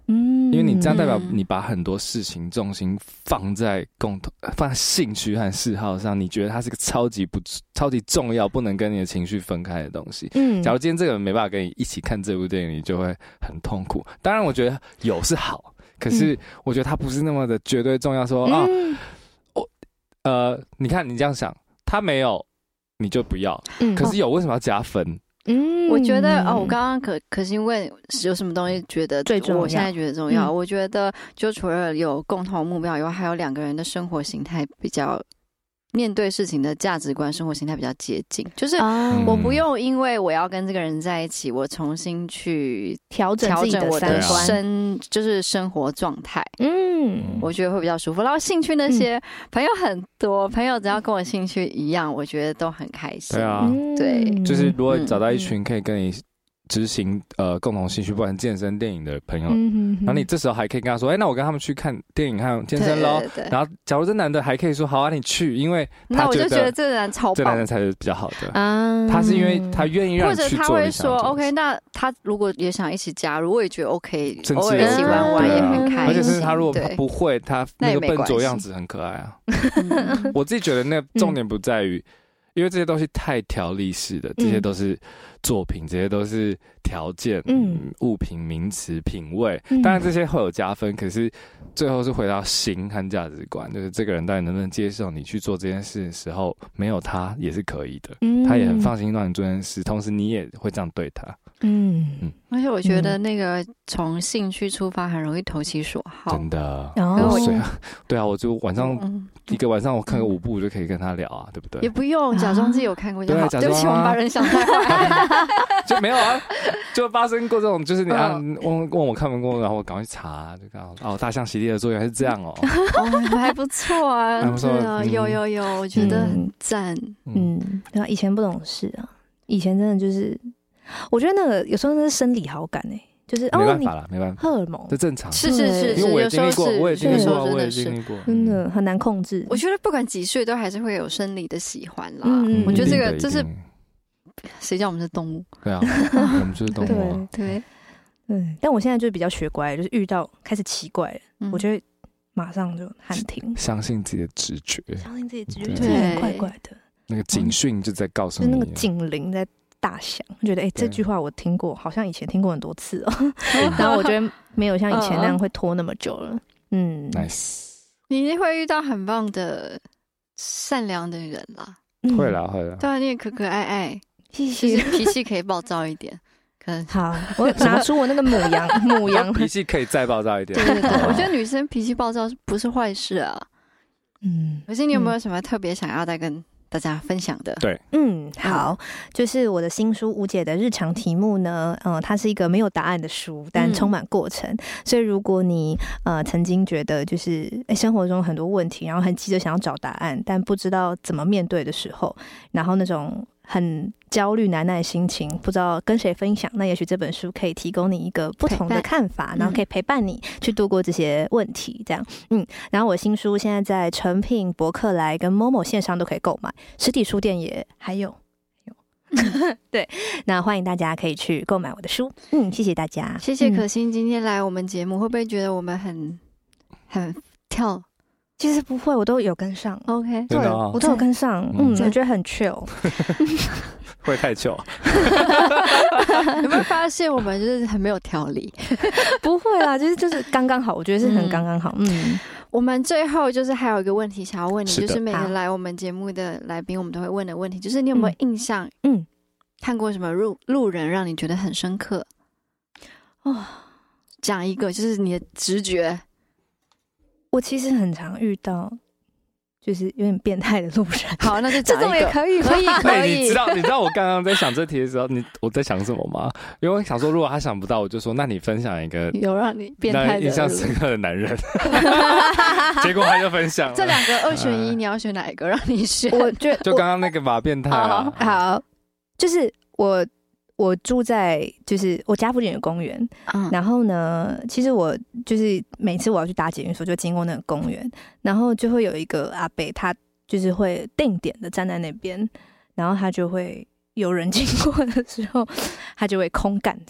嗯，因为你这样代表你把很多事情重心放在共同放在兴趣和嗜好上，你觉得它是个超级不超级重要，不能跟你的情绪分开的东西。嗯，假如今天这个人没办法跟你一起看这部电影，你就会很痛苦。当然，我觉得有是好，可是我觉得它不是那么的绝对重要说。说、嗯、啊，我呃，你看你这样想，他没有你就不要，嗯、可是有为什么要加分？ 嗯，我觉得哦，我刚刚可可是因为有什么东西觉得最重要，我现在觉得重要。嗯、我觉得就除了有共同目标以外，还有两个人的生活形态比较。面对事情的价值观、生活形态比较接近，就是我不用因为我要跟这个人在一起，我重新去调整自己的我的生，就是生活状态。嗯，我觉得会比较舒服。然后兴趣那些、嗯、朋友很多，朋友只要跟我兴趣一样，我觉得都很开心。 对啊， 对， 就是如果找到一群可以跟你执行呃共同兴趣，不管健身、电影的朋友，嗯、然后你这时候还可以跟他说：“哎、欸，那我跟他们去看电影、看健身喽。”然后，假如这男的还可以说：“好啊，你去，因为他那我就觉得这个人超棒， 这男人才是比较好的。嗯，他是因为他愿意让你去做， 或者他会说 ：“OK， 那他如果也想一起加入，我也觉得 OK， 偶尔一起玩玩也很开心。而且是他如果他不会，他那个笨拙样子很可爱啊。我自己觉得那重点不在于。因为这些东西太条例式的，这些都是作品，这些都是条件、嗯、物品、名词、品味。当然这些会有加分，可是最后是回到心和价值观，就是这个人到底能不能接受你去做这件事的时候，没有他也是可以的，嗯、他也很放心让你做这件事，同时你也会这样对他。嗯嗯，而且我觉得那个从兴趣出发很容易投其所好， 真的。哦，对啊，对啊，我就晚上、嗯、一个晚上我看个五部，我就可以跟他聊啊，对不对？ 也不用假装自己有看过就好。对, 啊对不起，我们把人想太坏， 就没有啊，就发生过这种，就是你啊问问我看没过，然后我赶快去查，就刚好哦，大象席地而坐原来是这样哦， 哦，还不错啊，还不错啊，嗯、有有有，我觉得很赞。 嗯，对啊，以前不懂事啊，以前真的就是。我觉得那个有时候那是生理好感哎、欸，就是没办法啦，哦、没办法， 荷尔蒙这正常， 是是是， 因为我也经历过，我也经历过，我也经历过， 真的很难控制。 我觉得不管几岁，都还是会有生理的喜欢啦。嗯、我觉得这个这是谁叫我们是动物？ 对啊，我们就是动物、啊。 对， 嗯，但我现在就比较学乖，就是遇到开始奇怪了，嗯、我就会马上就喊停， 相信自己的直觉， 相信自己的直觉，对，怪怪的。 那个警讯就在告诉你， 就那个警铃在。大响，觉得哎、欸，这句话我听过，好像以前听过很多次哦、喔。然后我觉得没有像以前那样会拖那么久了。嗯 ，nice。 你一定会遇到很棒的、善良的人啦。 嗯、会啦，会啦。 对啊，你也可可爱爱，谢谢。脾气可以暴躁一点，可能好。我拿出我那个母羊，母羊脾气可以再暴躁一点。 对对对，我觉得女生脾气暴躁不是坏事啊。嗯，可是你有没有什么特别想要再跟？大家分享的对， 嗯，好，就是我的新书《无解的日常题目》呢，嗯、呃，它是一个没有答案的书，但充满过程。嗯、所以，如果你呃曾经觉得就是哎生活中很多问题，然后很急着想要找答案，但不知道怎么面对的时候，然后那种很焦虑难耐的心情，不知道跟谁分享，那也许这本书可以提供你一个不同的看法，然后可以陪伴你去度过这些问题。这样，嗯，然后我新书现在在诚品、博客来跟 Momo 线上都可以购买，实体书店也还有。对，那欢迎大家可以去购买我的书。嗯，谢谢大家， 谢谢可心今天来我们节目，嗯、会不会觉得我们很很跳？ 其实不会，我都有跟上。 OK， 对， 哦、 我都有跟上。嗯，嗯我觉得很 chill。 会太 chill。 有没有发现我们就是很没有条理？ 不会啦，就是就是刚刚好，我觉得是很刚刚好。嗯，嗯我们最后就是还有一个问题想要问你，是就是每个来我们节目的来宾，我们都会问的问题，就是你有没有印象？嗯，看过什么路路人让你觉得很深刻？哦，讲一个，就是你的直觉。 我其实很常遇到，就是有点变态的路人。 好，那就讲一个，这种也可以， 可以，可以。 你知道，你知道我刚刚在想这题的时候，你我在想什么吗？因为我想说，如果他想不到，我就说，那你分享一个有让你变态的、 印象深刻的男人。结果他就分享了这两个二选一，你要选哪一个？让你选。 我觉得就刚刚那个吧，变态啊。 好，就是我。我住在就是我家附近的公园，嗯、然后呢，其实我就是每次我要去搭捷运的时候，就经过那个公园，然后就会有一个阿伯，他就是会定点的站在那边，然后他就会有人经过的时候，他就会空干这样，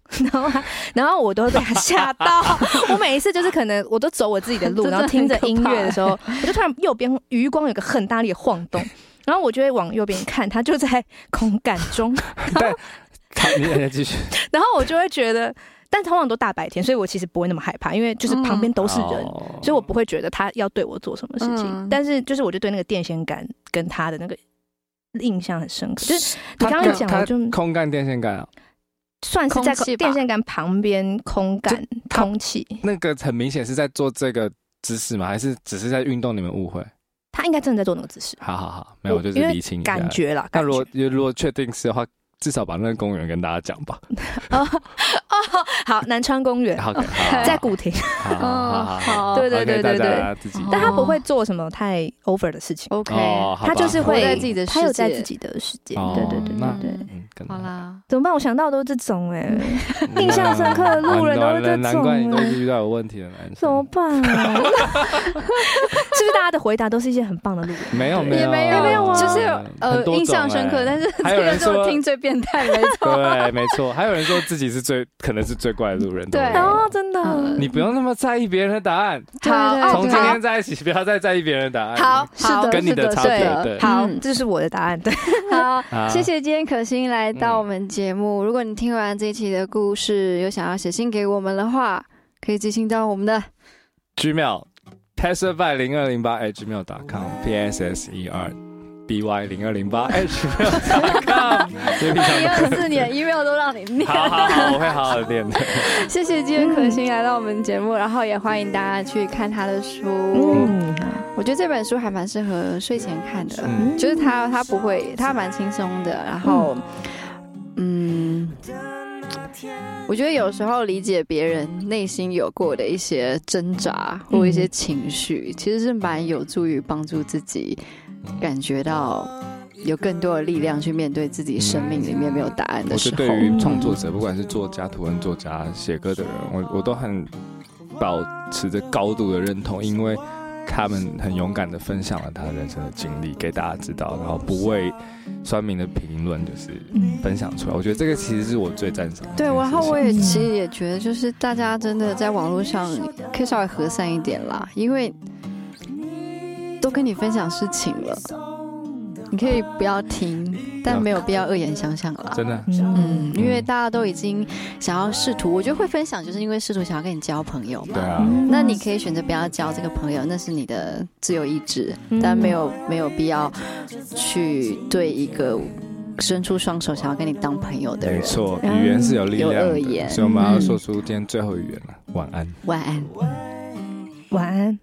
然后他然后我都会被他吓到。我每一次就是可能我都走我自己的路，然后听着音乐的时候，我就突然右边余光有个很大力的晃动，然后我就会往右边看，他就在空感中。 对，你再继续。 然后我就会觉得。但通常都大白天，所以我其实不会那么害怕，因为就是旁边都是人，嗯、所以我不会觉得他要对我做什么事情。嗯、但是就是我就对那个电线杆跟他的那个印象很深刻。就是你刚刚讲，我就空干电线杆啊， 算是在电线杆旁边空干空气。 那个很明显是在做这个姿势吗？还是只是在运动？你们误会？ 他应该真的在做那个姿势。 好好好，没有，我就是厘清一下感觉啦。 那如果如果确定是的话。至少把那个公园跟大家讲吧。 哦哦，好，南川公园，在古亭。 好，好， 对对对对对， 自己。 但他不会做什么太 over 的事情。 OK， 他就是会在自己的世界， 他有在自己的世界。对对对对对。 好啦， 怎么办？我想到都是这种哎，印象深刻的路人都是这种。 难怪你都是遇到有问题的男生。 怎么办啊？是不是大家的回答都是一些很棒的路人？ 没有没有没有没有，就是呃印象深刻，但是还有人说听最变态，没错。 对，没错。还有人说自己是最可能是最怪的路人。 对哦，真的。 你不用那么在意别人的答案。 好， 从今天在一起，不要再在意别人的答案。 好，是的， 跟你的差别。对， 好，这是我的答案。对， 好，谢谢今天可心来到我们节目。如果你听完这一期的故事，有想要写信给我们的话，可以寄信到我们的 Gmail passerby 零二零八 at gmail dot com p s s e r b y 零二零八 at gmail dot com。 二零二四年 email 都让你念。 好好好，我会好好念的。 谢谢今天可心来到我们节目，然后也欢迎大家去看他的书。嗯，我觉得这本书还蛮适合睡前看的，嗯、就是他他不会，他蛮轻松的，然后。嗯，我觉得有时候理解别人内心有过的一些挣扎或一些情绪，其实是蛮有助于帮助自己感觉到有更多的力量去面对自己生命里面没有答案的时候。 我觉得对于创作者，不管是作家、图文作家、写歌的人，我我都很保持着高度的认同，因为他们很勇敢的分享了他人生的经历给大家知道，然后不为酸民的评论就是分享出来。我觉得这个其实是我最赞赏的。 对，然后我也其实也觉得，就是大家真的在网络上可以稍微和善一点啦，因为都跟你分享事情了，你可以不要听，但没有必要恶言相向啦。 真的， 嗯，因为大家都已经想要试图，我觉得会分享，就是因为试图想要跟你交朋友嘛。 对啊， 那你可以选择不要交这个朋友，那是你的自由意志，但没有没有必要去对一个伸出双手想要跟你当朋友的人。 没错，语言是有力量的， 有恶言， 所以我们要说出今天最后语言了。晚安， 晚安， 晚安。